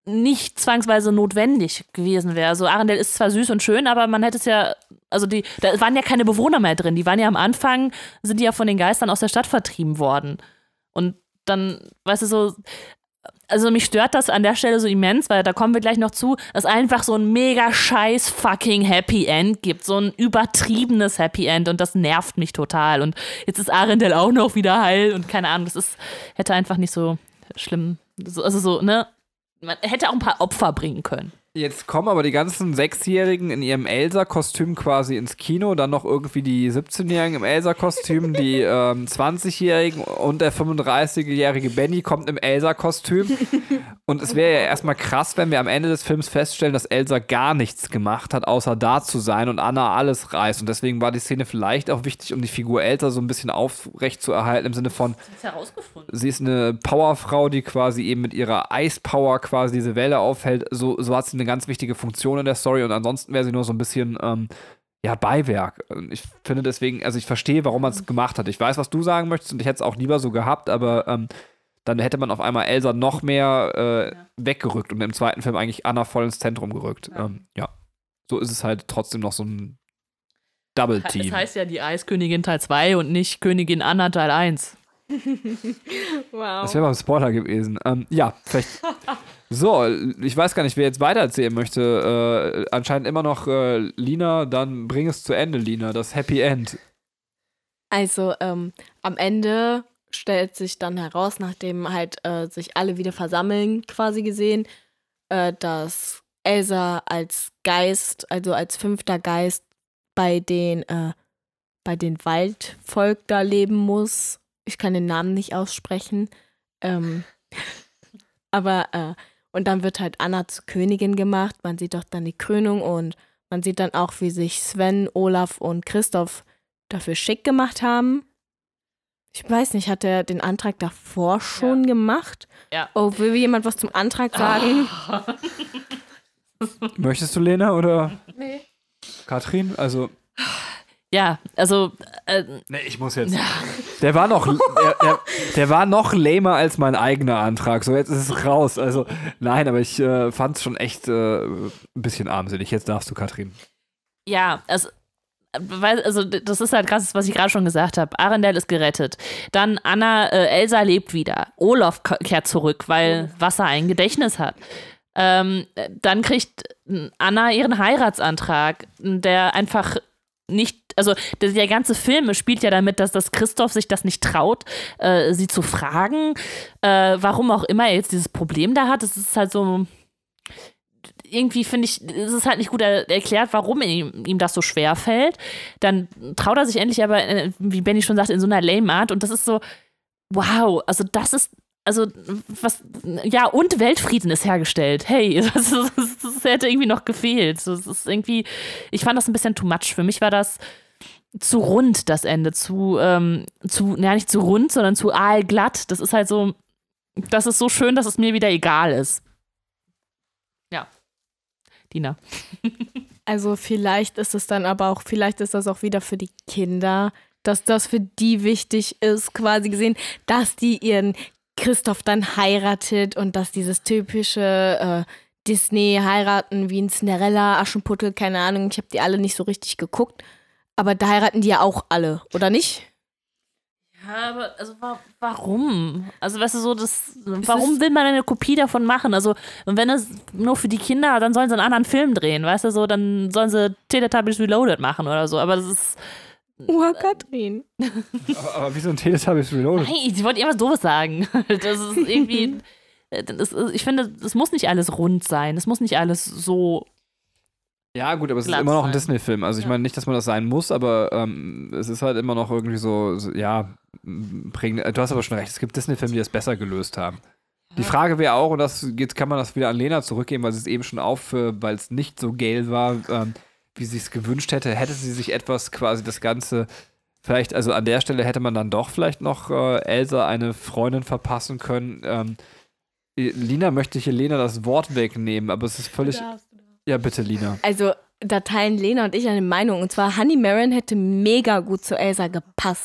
nicht zwangsweise notwendig gewesen wäre. Also Arendelle ist zwar süß und schön, aber man hätte es ja, also die, da waren ja keine Bewohner mehr drin. Die waren ja am Anfang, sind die ja von den Geistern aus der Stadt vertrieben worden. Und dann, weißt du, so, also mich stört das an der Stelle so immens, weil da kommen wir gleich noch zu, dass einfach so ein mega scheiß fucking Happy End gibt. So ein übertriebenes Happy End und das nervt mich total. Und jetzt ist Arendelle auch noch wieder heil und keine Ahnung, das ist, hätte einfach nicht so schlimm, so, also so, ne? Man hätte auch ein paar Opfer bringen können. Jetzt kommen aber die ganzen Sechsjährigen in ihrem Elsa-Kostüm quasi ins Kino, dann noch irgendwie die siebzehnjährigen im Elsa-Kostüm, die ähm, zwanzigjährigen und der fünfunddreißigjährige Benny kommt im Elsa-Kostüm. Und es wäre ja erstmal krass, wenn wir am Ende des Films feststellen, dass Elsa gar nichts gemacht hat, außer da zu sein und Anna alles reißt. Und deswegen war die Szene vielleicht auch wichtig, um die Figur Elsa so ein bisschen aufrecht zu erhalten, im Sinne von, Das ist herausgefunden. sie ist eine Powerfrau, die quasi eben mit ihrer Eispower quasi diese Welle aufhält. So, so hat sie eine ganz wichtige Funktion in der Story und ansonsten wäre sie nur so ein bisschen ähm, ja, Beiwerk. Ich finde deswegen, also ich verstehe, warum man es gemacht hat. Ich weiß, was du sagen möchtest und ich hätte es auch lieber so gehabt, aber ähm, dann hätte man auf einmal Elsa noch mehr äh, ja. weggerückt und im zweiten Film eigentlich Anna voll ins Zentrum gerückt. Ja. Ähm, ja. So ist es halt trotzdem noch so ein Double-Team. Das heißt ja die Eiskönigin Teil zwei und nicht Königin Anna Teil eins. Wow. Das wäre mal ein Spoiler gewesen. Ähm, ja, vielleicht. So, ich weiß gar nicht, wer jetzt weitererzählen möchte. Äh, anscheinend immer noch äh, Lina, dann bring es zu Ende, Lina, das Happy End. Also ähm, am Ende stellt sich dann heraus, nachdem halt äh, sich alle wieder versammeln, quasi gesehen, äh, dass Elsa als Geist, also als fünfter Geist bei den, äh, bei den Waldvolk da leben muss. Ich kann den Namen nicht aussprechen. Ähm, aber, äh, und dann wird halt Anna zur Königin gemacht. Man sieht auch dann die Krönung und man sieht dann auch, wie sich Sven, Olaf und Christoph dafür schick gemacht haben. Ich weiß nicht, hat er den Antrag davor schon Ja. gemacht? Ja. Oh, will jemand was zum Antrag sagen? Möchtest du, Lena, oder Nee. Katrin? Also. Ja, also äh, Nee, ich muss jetzt. Der war noch, der, der, der war noch lamer als mein eigener Antrag. So, jetzt ist es raus. Also, nein, aber ich äh, fand es schon echt äh, ein bisschen armselig. Jetzt darfst du, Katrin. ja, also weil, also das ist halt krass, was ich gerade schon gesagt habe. Arendelle ist gerettet. Dann Anna, äh, Elsa lebt wieder. Olaf k- kehrt zurück, weil Wasser ein Gedächtnis hat. Ähm, dann kriegt Anna ihren Heiratsantrag, der einfach nicht, also der, der ganze Film spielt ja damit, dass das Christoph sich das nicht traut, äh, sie zu fragen, äh, warum auch immer er jetzt dieses Problem da hat. Es ist halt so, irgendwie finde ich, es ist halt nicht gut er- erklärt, warum ihm, ihm das so schwer fällt. Dann traut er sich endlich aber, äh, wie Benny schon sagt, in so einer lame Art und das ist so, wow, also das ist, also was, ja, und Weltfrieden ist hergestellt. Hey, das, das, das hätte irgendwie noch gefehlt. Das ist irgendwie, ich fand das ein bisschen too much. Für mich war das zu rund, das Ende. Zu, ähm, zu, naja, nicht zu rund, sondern zu aalglatt. Das ist halt so, das ist so schön, dass es mir wieder egal ist. Ja. Dina. Also vielleicht ist es dann aber auch, vielleicht ist das auch wieder für die Kinder, dass das für die wichtig ist, quasi gesehen, dass die ihren Christoph dann heiratet und dass dieses typische äh, Disney-Heiraten wie ein Cinderella, Aschenputtel, keine Ahnung, ich habe die alle nicht so richtig geguckt, aber da heiraten die ja auch alle, oder nicht? Ja, aber also wa- warum? Also weißt du so, das, warum will man eine Kopie davon machen? Also und wenn es nur für die Kinder, dann sollen sie einen anderen Film drehen, weißt du so, dann sollen sie Teletubbies Reloaded machen oder so, aber das ist Oh, Katrin. Aber, aber wie so ein Teletubbies Reloaded. Nein, ich wollte irgendwas Doofes sagen. Das ist irgendwie, das ist, ich finde, es muss nicht alles rund sein. Es muss nicht alles so. Ja, gut, aber es ist Glatt immer noch ein sein. Disney-Film. Also ich Ja. meine nicht, dass man das sein muss, aber ähm, es ist halt immer noch irgendwie so, so ja, prägend. Du hast aber schon recht, es gibt Disney-Filme, die das besser gelöst haben. Die Frage wäre auch, und das, jetzt kann man das wieder an Lena zurückgeben, weil sie es eben schon auf, weil es nicht so geil war, ähm, wie sie es gewünscht hätte, hätte sie sich etwas quasi das Ganze, vielleicht, also an der Stelle hätte man dann doch vielleicht noch äh, Elsa eine Freundin verpassen können. Ähm, Lina möchte hier Lena das Wort wegnehmen, aber es ist völlig. Ja, bitte, Lina. Also, da teilen Lena und ich eine Meinung. Und zwar, Honey Marin hätte mega gut zu Elsa gepasst.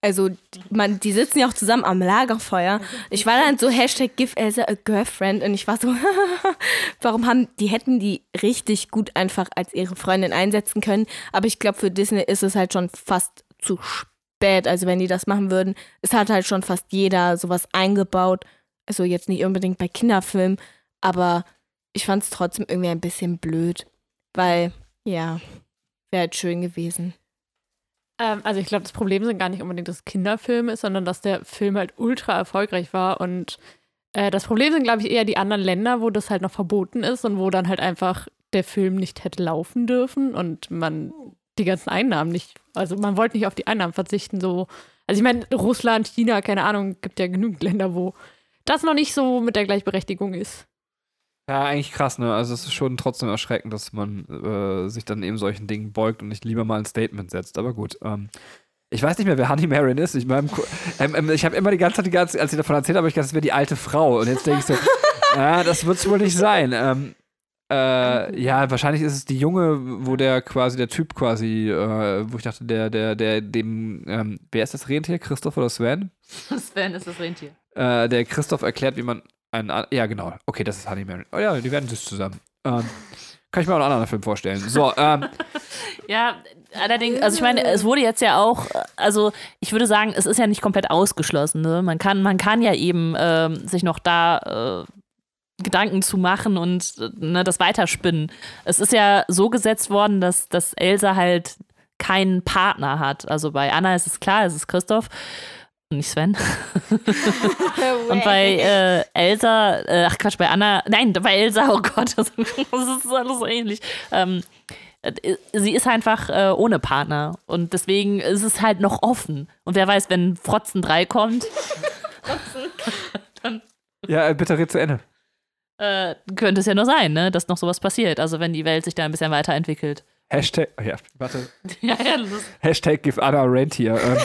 Also, man, die sitzen ja auch zusammen am Lagerfeuer. Ich war dann so Hashtag Give Elsa a Girlfriend und ich war so, warum haben, die hätten die richtig gut einfach als ihre Freundin einsetzen können. Aber ich glaube, für Disney ist es halt schon fast zu spät. Also, wenn die das machen würden, es hat halt schon fast jeder sowas eingebaut. Also, jetzt nicht unbedingt bei Kinderfilmen, aber ich fand es trotzdem irgendwie ein bisschen blöd. Weil, ja, wäre halt schön gewesen. Ähm, also ich glaube, das Problem sind gar nicht unbedingt, dass es Kinderfilm ist, sondern dass der Film halt ultra erfolgreich war. Und äh, das Problem sind, glaube ich, eher die anderen Länder, wo das halt noch verboten ist und wo dann halt einfach der Film nicht hätte laufen dürfen und man die ganzen Einnahmen nicht, also man wollte nicht auf die Einnahmen verzichten. So. Also ich meine, Russland, China, keine Ahnung, gibt ja genügend Länder, wo das noch nicht so mit der Gleichberechtigung ist. Ja, eigentlich krass, ne? Also es ist schon trotzdem erschreckend, dass man äh, sich dann eben solchen Dingen beugt und nicht lieber mal ein Statement setzt. Aber gut, ähm, ich weiß nicht mehr, wer Honey Marin ist. Ich, mein, ähm, ich habe immer die ganze Zeit, die ganze, als ich davon erzählt habe, ich gedacht, das wäre die alte Frau. Und jetzt denke ich so, ja, das wird es wohl nicht sein. Ähm, äh, ja, wahrscheinlich ist es die Junge, wo der quasi, der Typ quasi, äh, wo ich dachte, der, der, der, dem, ähm, wer ist das Rentier? Christoph oder Sven? Sven ist das Rentier. Äh, der Christoph erklärt, wie man Ein, ja, genau. Okay, das ist Honey Marin. Oh ja, die werden süß zusammen. Ähm, kann ich mir auch einen anderen Film vorstellen. So, ähm. Ja, allerdings, also ich meine, es wurde jetzt ja auch, also ich würde sagen, es ist ja nicht komplett ausgeschlossen. Ne? Man kann, man kann ja eben ähm, sich noch da äh, Gedanken zu machen und ne, das weiterspinnen. Es ist ja so gesetzt worden, dass, dass Elsa halt keinen Partner hat. Also bei Anna ist es klar, es ist Christoph. Nicht Sven. Und bei äh, Elsa, äh, ach Quatsch, bei Anna, nein, bei Elsa, oh Gott, das, das ist alles so ähnlich. Ähm, sie ist einfach äh, ohne Partner und deswegen ist es halt noch offen. Und wer weiß, wenn Frotzen drei kommt, dann Ja, bitte red zu Ende. Äh, könnte es ja nur sein, ne, dass noch sowas passiert. Also wenn die Welt sich da ein bisschen weiterentwickelt. Hashtag, oh ja, warte. ja, ja, das Hashtag Give Anna a Rentier. Ähm.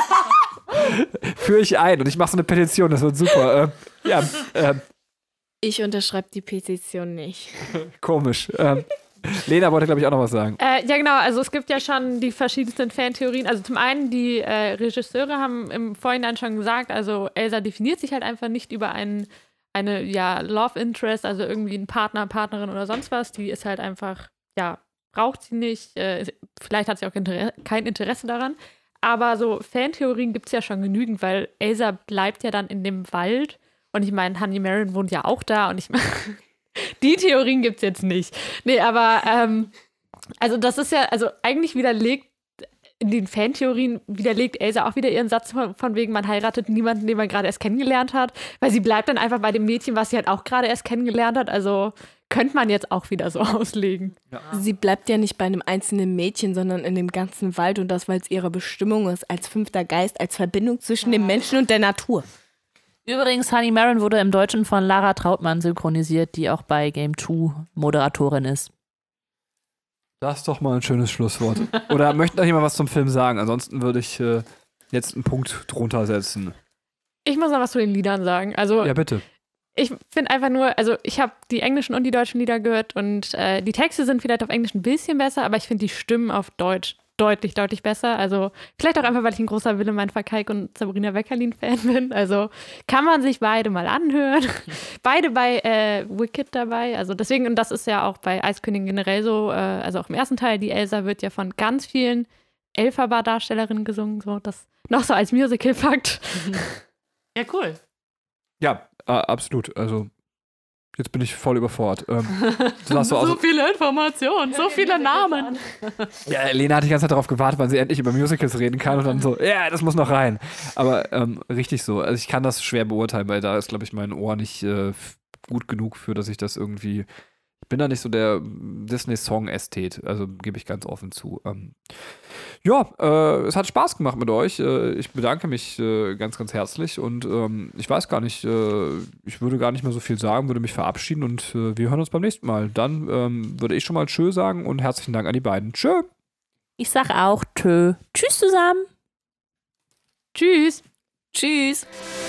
Führe ich ein und ich mache so eine Petition, das wird super. Ähm, ja, ähm, ich unterschreibe die Petition nicht. Komisch. Ähm, Lena wollte, glaube ich, auch noch was sagen. Äh, ja, genau. Also es gibt ja schon die verschiedensten Fantheorien. Also zum einen, die äh, Regisseure haben im Vorhinein schon gesagt, also Elsa definiert sich halt einfach nicht über einen, eine ja, Love Interest, also irgendwie einen Partner, Partnerin oder sonst was. Die ist halt einfach, ja, braucht sie nicht. Äh, vielleicht hat sie auch Inter- kein Interesse daran. Aber so Fantheorien gibt es ja schon genügend, weil Elsa bleibt ja dann in dem Wald. Und ich meine, Honey Marin wohnt ja auch da. Und ich meine, die Theorien gibt es jetzt nicht. Nee, aber ähm, also das ist ja, also eigentlich widerlegt, in den Fantheorien widerlegt Elsa auch wieder ihren Satz von, von wegen, man heiratet niemanden, den man gerade erst kennengelernt hat. Weil sie bleibt dann einfach bei dem Mädchen, was sie halt auch gerade erst kennengelernt hat. Also könnte man jetzt auch wieder so auslegen. Ja. Sie bleibt ja nicht bei einem einzelnen Mädchen, sondern in dem ganzen Wald und das, weil es ihre Bestimmung ist, als fünfter Geist, als Verbindung zwischen dem Menschen und der Natur. Übrigens, Honey Marin wurde im Deutschen von Lara Trautmann synchronisiert, die auch bei Game zwei Moderatorin ist. Das ist doch mal ein schönes Schlusswort. Oder möchte noch jemand was zum Film sagen? Ansonsten würde ich äh, jetzt einen Punkt drunter setzen. Ich muss noch was zu den Liedern sagen. Also, ja, bitte. Ich finde einfach nur, also ich habe die englischen und die deutschen Lieder gehört und äh, die Texte sind vielleicht auf Englisch ein bisschen besser, aber ich finde die Stimmen auf Deutsch deutlich, deutlich besser. Also vielleicht auch einfach, weil ich ein großer Willem Verkalk und Sabrina Weckerlin-Fan bin. Also kann man sich beide mal anhören. Beide bei äh, Wicked dabei. Also deswegen, und das ist ja auch bei Eiskönigin generell so, äh, also auch im ersten Teil, die Elsa wird ja von ganz vielen Elphaba-Darstellerinnen gesungen. So, das noch so als Musical-Fakt. Ja, cool. Ja, äh, absolut. Also, jetzt bin ich voll überfordert. Ähm, so, so viele Informationen, so viele Namen. Ja, Lena hat die ganze Zeit darauf gewartet, wann sie endlich über Musicals reden kann und dann so, ja, yeah, das muss noch rein. Aber ähm, richtig so. Also, ich kann das schwer beurteilen, weil da ist, glaube ich, mein Ohr nicht äh, gut genug für, dass ich das irgendwie. Ich bin da nicht so der Disney-Song-Ästhet, also gebe ich ganz offen zu. Ähm, ja, äh, es hat Spaß gemacht mit euch. Äh, ich bedanke mich äh, ganz, ganz herzlich und ähm, ich weiß gar nicht, äh, ich würde gar nicht mehr so viel sagen, würde mich verabschieden und äh, wir hören uns beim nächsten Mal. Dann ähm, würde ich schon mal Tschö sagen und herzlichen Dank an die beiden. Tschö. Ich sag auch Tschö. Tschüss zusammen. Tschüss. Tschüss.